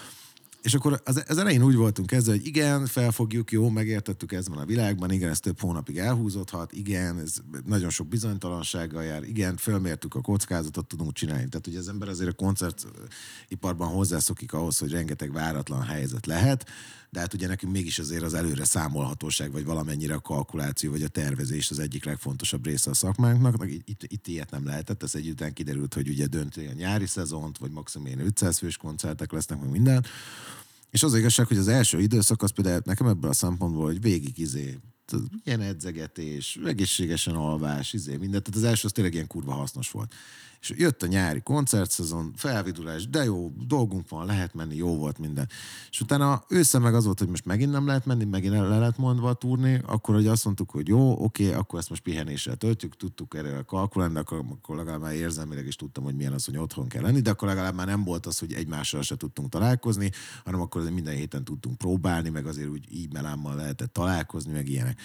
És akkor az, az elején úgy voltunk ezzel, hogy igen, felfogjuk, jó, megértettük, ez van a világban, igen, ez több hónapig elhúzódhat, igen, ez nagyon sok bizonytalansággal jár, igen, fölmértük a kockázatot, tudunk csinálni. Tehát ugye az ember azért a koncertiparban hozzászokik ahhoz, hogy rengeteg váratlan helyzet lehet, de hát ugye nekünk mégis azért az előre számolhatóság, vagy valamennyire a kalkuláció, vagy a tervezés az egyik legfontosabb része a szakmánknak. Itt, itt ilyet nem lehetett, ez egy után kiderült, hogy ugye döntő a nyári szezont, vagy maximum ilyen ötszáz fős koncertek lesznek, meg minden. És az igazság, hogy az első időszak az például nekem ebből a szempontból, hogy végig izé, ilyen edzegetés, egészségesen alvás, izé, mindent. Tehát az első az tényleg ilyen kurva hasznos volt. És jött a nyári koncertszezon, felvidulás, de jó, dolgunk van, lehet menni, jó volt minden. És utána ősszel meg az volt, hogy most megint nem lehet menni, megint le lett mondva a turné, akkor hogy azt mondtuk, hogy jó, oké, akkor ezt most pihenéssel töltjük, tudtuk erre kalkulálni, de akkor, akkor legalább már érzelmileg is tudtam, hogy milyen az, hogy otthon kell lenni, de akkor legalább már nem volt az, hogy egymással se tudtunk találkozni, hanem akkor azért minden héten tudtunk próbálni, meg azért úgy így melámmal lehetett találkozni, meg ilyenek.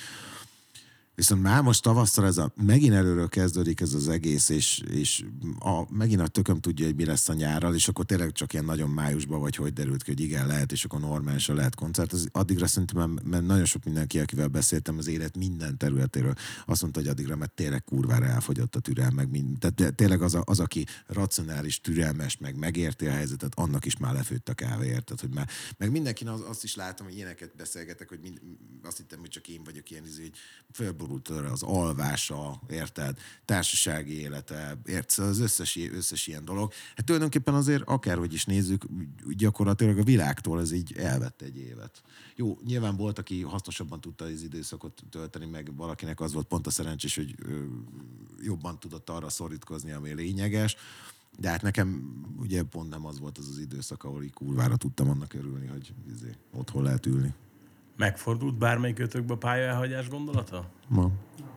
Viszont már most tavasszal ez a, megint előről kezdődik ez az egész, és, és a, megint a tököm tudja, hogy mi lesz a nyárral, és akkor tényleg csak ilyen nagyon májusban, vagy hogy derült ki, hogy igen, lehet, és akkor normálisan lehet koncert. Az, addigra szerintem, mert nagyon sok mindenki, akivel beszéltem az élet minden területéről, azt mondta, hogy addigra, mert tényleg kurvára elfogyott a türelem, meg mind, tehát tényleg az, a, az, aki racionális, türelmes, meg megérti a helyzetet, annak is már lefőtt a kávé, érted, hogy már, meg mindenki az, azt is látom, hogy ilyeneket beszélgetek, hogy mind, azt hittem, hogy csak én vagyok ilyen, hogy fölborult az alvása, érted, társasági élete, érted, az összes, összes ilyen dolog. Hát tulajdonképpen azért akárhogy is nézzük, gyakorlatilag a világtól ez így elvette egy évet. Jó, nyilván volt, aki hasznosabban tudta az időszakot tölteni, meg valakinek az volt pont a szerencsés, hogy ö, jobban tudott arra szorítkozni, ami lényeges. De hát nekem ugye pont nem az volt az az időszak, ahol így kurvára tudtam annak örülni, hogy izé, otthon lehet ülni. Megfordult bármelyik ötökbe a pályaelhagyás gondolata? Ma.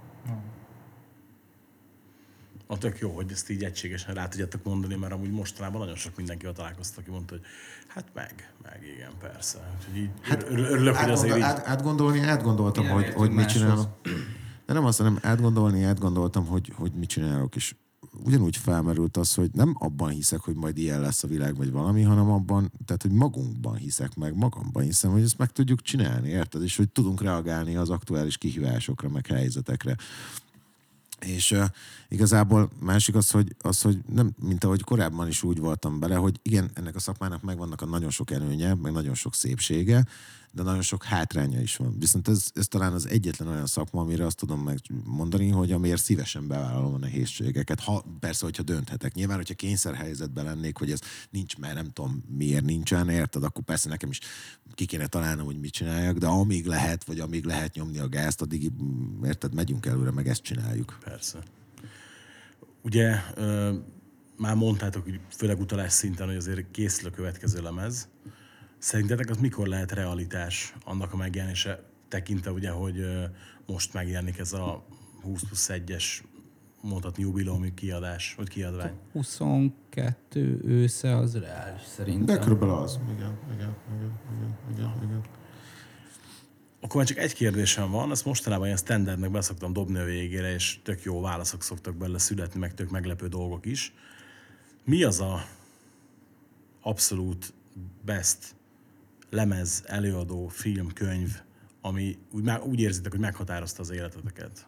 A tök jó, hogy ezt így egységesen rá tudjátok mondani, mert amúgy mostanában nagyon sok mindenkivel találkoztak, aki mondta, hogy hát meg, meg igen, persze. Úgyhogy így hát, örülök, hogy azért így... át, átgondolni, átgondoltam, hogy, hogy mit csinálok. De nem azt mondom, átgondolni, átgondoltam, hogy, hogy mit csinálok, és ugyanúgy felmerült az, hogy nem abban hiszek, hogy majd ilyen lesz a világ, vagy valami, hanem abban, tehát, hogy magunkban hiszek meg, magamban hiszem, hogy ezt meg tudjuk csinálni, érted? És hogy tudunk reagálni az aktuális kihívásokra, meg helyzetekre. És uh, igazából másik az, hogy, az, hogy nem, mint ahogy korábban is úgy voltam bele, hogy igen, ennek a szakmának megvannak a nagyon sok előnye, meg nagyon sok szépsége, de nagyon sok hátránya is van. Viszont ez, ez talán az egyetlen olyan szakma, amire azt tudom megmondani, hogy amiért szívesen bevállalom a nehézségeket. Ha, persze, hogyha dönthetek. Nyilván, hogyha kényszerhelyzetben lennék, hogy ez nincs, mert nem tudom miért nincsen, érted, akkor persze nekem is ki kéne találnom, hogy mit csináljak, de amíg lehet, vagy amíg lehet nyomni a gázt, addig, érted, megyünk előre, meg ezt csináljuk. Persze. Ugye ö, már mondtátok, hogy főleg utalás szinten, hogy azért készül a következő lemez. Szerintetek az mikor lehet realitás annak a megjelenése tekintve, ugye, hogy ö, most megjelenik ez a húsz plusz egyes mondhatni jubileumi kiadás, vagy kiadvány? huszonkettő ősze az reális szerintem. De körülbelül az. Igen, igen, igen, igen, igen, igen. Akkor már csak egy kérdésem van, ezt mostanában ilyen standardnek beszoktam dobni a végére, és tök jó válaszok szoktak belőle születni, meg tök meglepő dolgok is. Mi az a abszolút best lemez, előadó, film, könyv, ami úgy, úgy érzitek, hogy meghatározta az életeteket?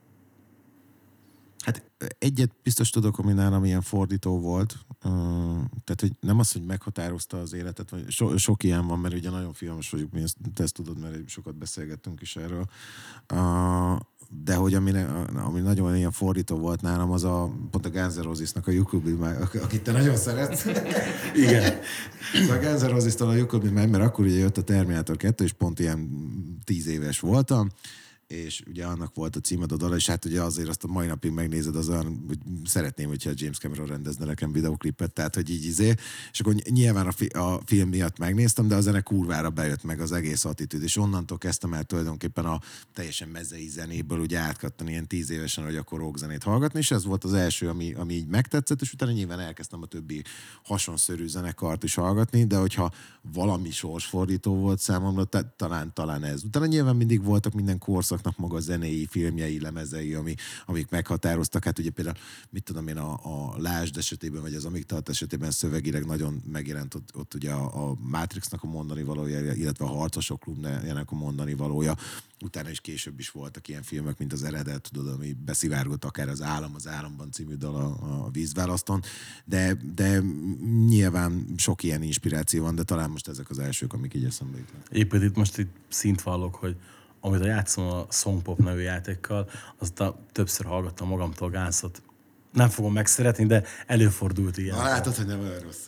Hát egyet biztos tudok, ami nálam ilyen fordító volt. Uh, tehát, hogy nem az, hogy meghatározta az életet, vagy so, sok ilyen van, mert ugye nagyon filmes vagyok, mi ezt, te ezt tudod, mert sokat beszélgettünk is erről. Uh, de hogy ami, ami nagyon ilyen fordító volt nálam, az a, pont a Guns N' Roses-nak a You Could Be Mine, akit te nagyon szeretsz. Igen. A Guns N' Roses-tól a You Could Be Mine, mert akkor ugye jött a Terminator kettő, és pont ilyen tíz éves voltam, és ugye annak volt a címed a dal, és hát ugye azért azt a mai napig megnézed, az olyan, hogy szeretném, hogyha James Cameron rendezne nekem videoklipet, tehát hogy így izé, és akkor nyilván a, fi- a film miatt megnéztem, de a zene kurvára bejött meg az egész attitűd, és onnantól kezdtem el tulajdonképpen a teljesen mezei zenéből ugye átkattani ilyen tíz évesen, hogy akkor rockzenét hallgatni, és ez volt az első, ami, ami így megtetszett, és utána nyilván elkezdtem a többi hasonszörű zenekart is hallgatni, de hogyha valami sorsfordító volt számomra, t- talán, talán ez. Utána nyilván mindig voltak minden korszak maga zenéi, filmjei, lemezei, ami, amik meghatároztak. Hát ugye például, mit tudom én, a, a Lásd esetében, vagy az Amigdalt esetében szövegileg nagyon megjelent ott, ott ugye a, a Matrixnak a mondani valója, illetve a Harcosok klubjának a mondani valója. Utána is később is voltak ilyen filmek, mint az Eredet, tudod, ami beszivárgott akár az Állam, az Államban című dal a, a vízválaszton, de, de nyilván sok ilyen inspiráció van, de talán most ezek az elsők, amik így eszembe jutnak. Éppen itt most itt szint vallok, hogy amit a játszom a Songpop nevű játékkal, azt a, többször hallgattam magamtól Gánszot. Nem fogom megszeretni, de előfordult ilyen. Ha látod, hogy nem olyan rossz.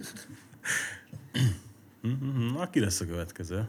Na, ki lesz a következő?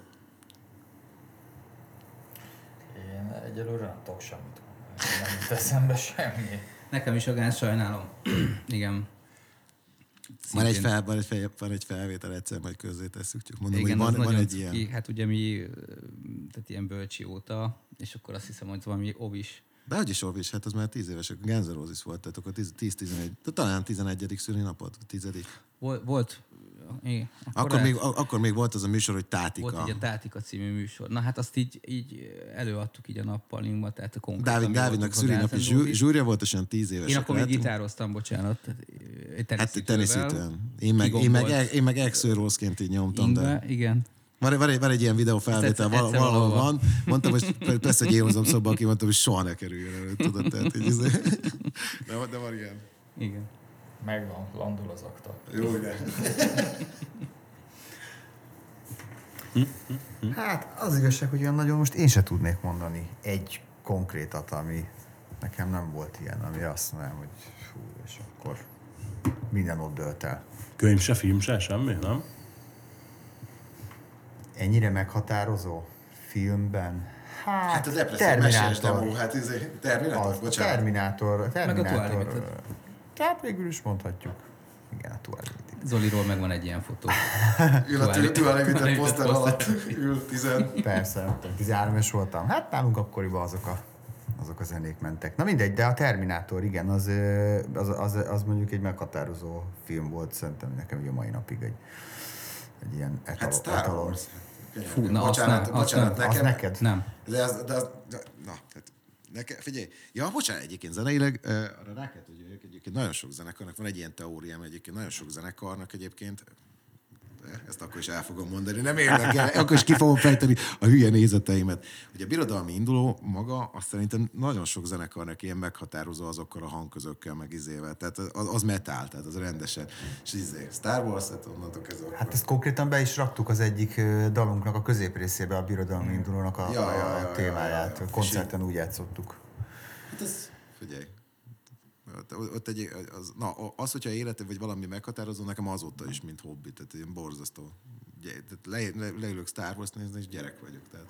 Én egyelőre nem tudok semmit mondani. Nem jut eszembe semmi. Nekem is a Gánz, sajnálom. Igen. Van egy, fel, van, egy fel, van egy felvétel, egyszer majd közzé tesszük, csak mondom, igen, hogy van, az van egy cuki. ilyen. Hát ugye mi, tehát ilyen bölcsi óta, és akkor azt hiszem, hogy valami ovis. De hogy is Orvis, hát az már tíz éves, akkor Guns N' Roses volt, tehát akkor tíz-tizenegy, talán tizenegyedik szülinapot, tizedik. Volt, volt igen, akkor, akkor, még, akkor még volt az a műsor, hogy Tátika. Volt így a Tátika című műsor. Na hát azt így, így előadtuk így a nappalinkba, tehát a konkrétan. Dávid, Dávidnak szülinapi zsúrja volt, és olyan tíz éves. Én akkor még gitároztam, bocsánat. Hát teniszítően. Én meg, én meg, én meg ex-őrószként így nyomtam. Ingbe, de... igen. Van, van, egy, van egy ilyen videó felvétel, val, valahol van. Mondtam, hogy persze, hogy én hozom szóba, aki mondtam, hogy soha ne kerüljön elő, tudod, tehát így de, de van ilyen. Igen. Megvan, landul az akta. Jó, de. Hát az igazság, hogy olyan nagyon most én se tudnék mondani egy konkrétat, ami nekem nem volt ilyen, ami azt mondanám, hogy fú, és akkor minden ott dölt el. Könyv se, film se, semmi, nem? Ennyire meghatározó filmben? Hát, hát a depresszió mesélyes demo, hát ez Terminátor, az, bocsánat. Terminátor, Terminátor. Meg a Tehát végül is mondhatjuk. Igen, a Dual Limited. Zoliról megvan egy ilyen fotó. Ül a Dual Limited poszter alatt, ül tizen. Persze, tizenhárom éves voltam. Hát nálunk akkoriban azok a, azok a zenék mentek. Na mindegy, de a Terminátor, igen, az, az, az, az mondjuk egy meghatározó film volt, szerintem nekem ugye a mai napig egy, egy ilyen etalon. Hát Star Wars. Fú, na bocsánat, azt nem, bocsánat, azt nem. nekem. Az neked? Nem. De az, de az, de, na, tehát, nekem, figyelj, ja, bocsánat, egyébként zeneileg, uh, arra rá kell tudjuk, egyébként nagyon sok zenekarnak, van egy ilyen teóriám egyébként, nagyon sok zenekarnak egyébként, ezt akkor is el fogom mondani, nem érdekel, akkor is ki fogom fejteni a hülye nézeteimet. Ugye a birodalmi induló maga, azt szerintem nagyon sok zenekarnak ilyen meghatározó azokkal a hangközökkel, meg izével. Tehát az, az metal, tehát az rendesen. És izé, Star Wars, hát onnantól kezdve. Hát ezt konkrétan be is raktuk az egyik dalunknak a középrészébe, a birodalmi indulónak a, Ja, a, ja, ja, a témáját. ja, ja. Koncerten úgy játszottuk. Hát ez, figyelj. Ott, ott egy, az, na, az, hogyha élete vagy valami meghatározó, nekem azóta is, mint hobbi, tehát ilyen borzasztó. Le, le, leülök Star Wars nézni, és gyerek vagyok. Tehát.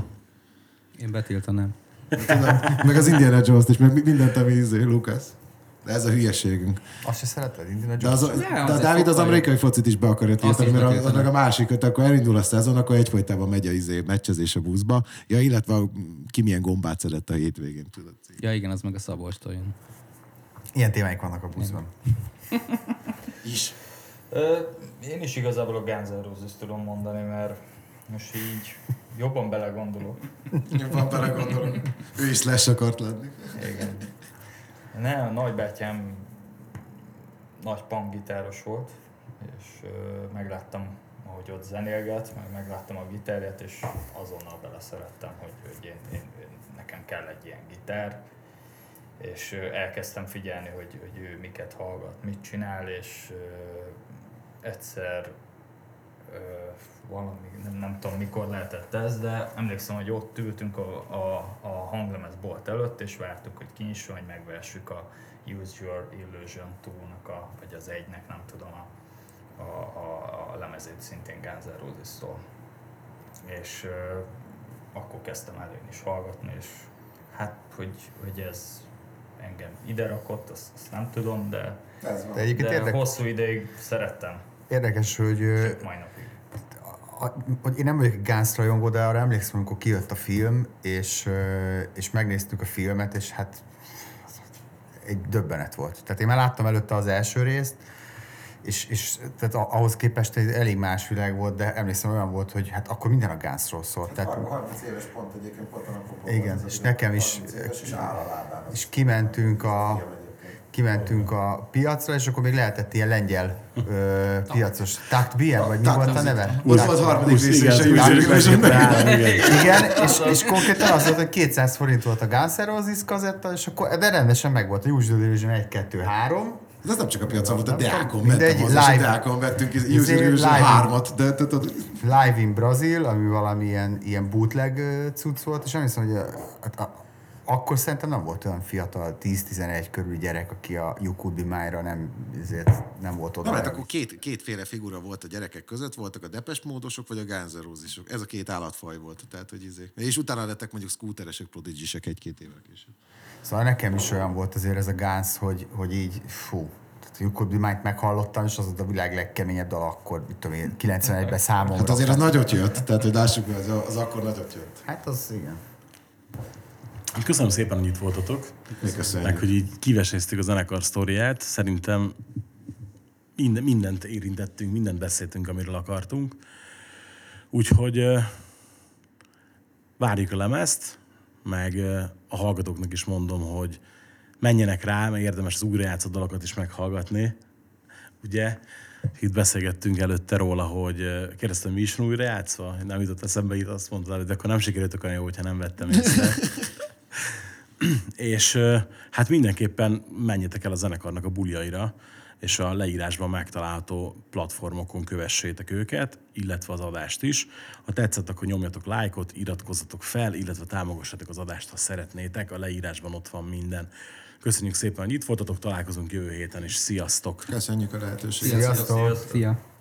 Én betiltanám. Tudom, meg az Indiana Jones-t is, meg mindent, ami izé, Lucas. De ez a hülyeségünk. Azt se szereted, Indiana De, az, Jones? de a Dávid az amerikai focit is be akarja tiltani, mert az, az meg a másik, hogy akkor elindul a szezon, akkor egyfolytában megy a izé, meccsezés a buszba. Ja, illetve ki milyen gombát szedett a hétvégén, tudod. Ja igen, az meg a Szabolcstól jön. Ilyen témáink vannak a buszban. Is. Ö, én is igazából a Guns N' Roses tudom mondani, mert most így jobban belegondolok. Jobban belegondolom. Ő is Slash akart lenni. Igen. Nem, nagybátyám nagy punkgitáros volt, és ö, megláttam, ahogy ott zenélget, meg megláttam a gitárját, és azonnal beleszerettem, hogy, hogy én, én, én, nekem kell egy ilyen gitár, és ö, elkezdtem figyelni, hogy, hogy ő miket hallgat, mit csinál, és ö, egyszer ö, valami, nem, nem tudom mikor lehetett ez, de emlékszem, hogy ott ültünk a, a, a hanglemezbolt előtt, és vártuk, hogy kinyisson, hogy megvessük a Use Your Illusion kettőnek, a, vagy az egynek, nem tudom, a, a, a, a lemezét szintén Guns N' Roses-tól. És ö, akkor kezdtem el én is hallgatni, és hát, hogy, hogy ez engem ide rakott, azt, azt nem tudom, de, De egyébként de érdek... hosszú ideig szerettem, érdekes, hogy ö, sőt, mai napig. a- hogy én nem vagyok egy Guns rajongó, de arra emlékszem, amikor kijött a film, és, ö, és megnéztük a filmet, és hát egy döbbenet volt. Tehát én már láttam előtte az első részt, és, és tehát ahhoz képest egy elég más világ volt, de emlékszem, olyan volt, hogy hát akkor minden a Gunsról szólt. Tehát, harminc éves pont egyébként pont a igen, és nekem is, és áll a lábán. és kimentünk a, kimentünk a piacra, és akkor még lehetett ilyen lengyel ö, piacos. Takt bé em, vagy mi volt a neve? Az volt harmadik rész, és a Igen, és, és konkrétan az volt, hogy kétszáz forint volt a Guns N' Roses kazetta, és akkor, de rendesen meg volt a Use Your Illusion egy, kettő, három. Ez nem csak a piacon volt, a Deákon Mindegy, mentem haza, és a live. Deákon vettünk Izé, Use Your Illusion live. hármat, de tudod, Live in Brazil, ami valami ilyen, ilyen bootleg ö, cucc volt, és emlékszem, hogy a, a, a, akkor szerintem nem volt olyan fiatal, tíz-tizenegy körül gyerek, aki a You Could Be Mine-ra nem, ezért nem volt oda. Na, mert akkor két, kétféle figura volt a gyerekek között, voltak a Depeche Módosok, vagy a Guns N' Rosesok. Ez a két állatfaj volt, tehát, hogy izé. És utána lettek mondjuk scooteresek, prodigisek egy-két évvel később. Szóval nekem is olyan volt azért ez a Guns, hogy, hogy így, fú, tehát You Could Be Mine-t meghallottam, és az volt a világ legkeményebb dal akkor, mit tudom én, kilencvenegyben számomra. Hát azért az nagyot jött, tehát, hogy lássuk, az, az akkor nagyot jött. Hát az igen. Köszönöm szépen, hogy itt voltatok. Mi köszönjük. Meg, hogy így kiveséztük a zenekar sztoriát. Szerintem minden, mindent érintettünk, mindent beszéltünk, amiről akartunk. Úgyhogy uh, várjuk a lemezt, meg uh, a hallgatóknak is mondom, hogy menjenek rá, meg érdemes az újrajátszott dalokat is meghallgatni. Ugye? Itt beszélgettünk előtte róla, hogy uh, kérdeztem, mi is újra játszva? Nem jutott eszembe, itt azt mondtad, de akkor nem sikerült olyan jó, hogyha nem vettem észre. És hát mindenképpen menjetek el a zenekarnak a buliaira, és a leírásban megtalálható platformokon kövessétek őket, illetve az adást is. Ha tetszett, akkor nyomjatok lájkot, iratkozzatok fel, illetve támogassatok az adást, ha szeretnétek. A leírásban ott van minden. Köszönjük szépen, hogy itt voltatok, találkozunk jövő héten, és sziasztok! Köszönjük a lehetőséget. Sziasztok! Szia!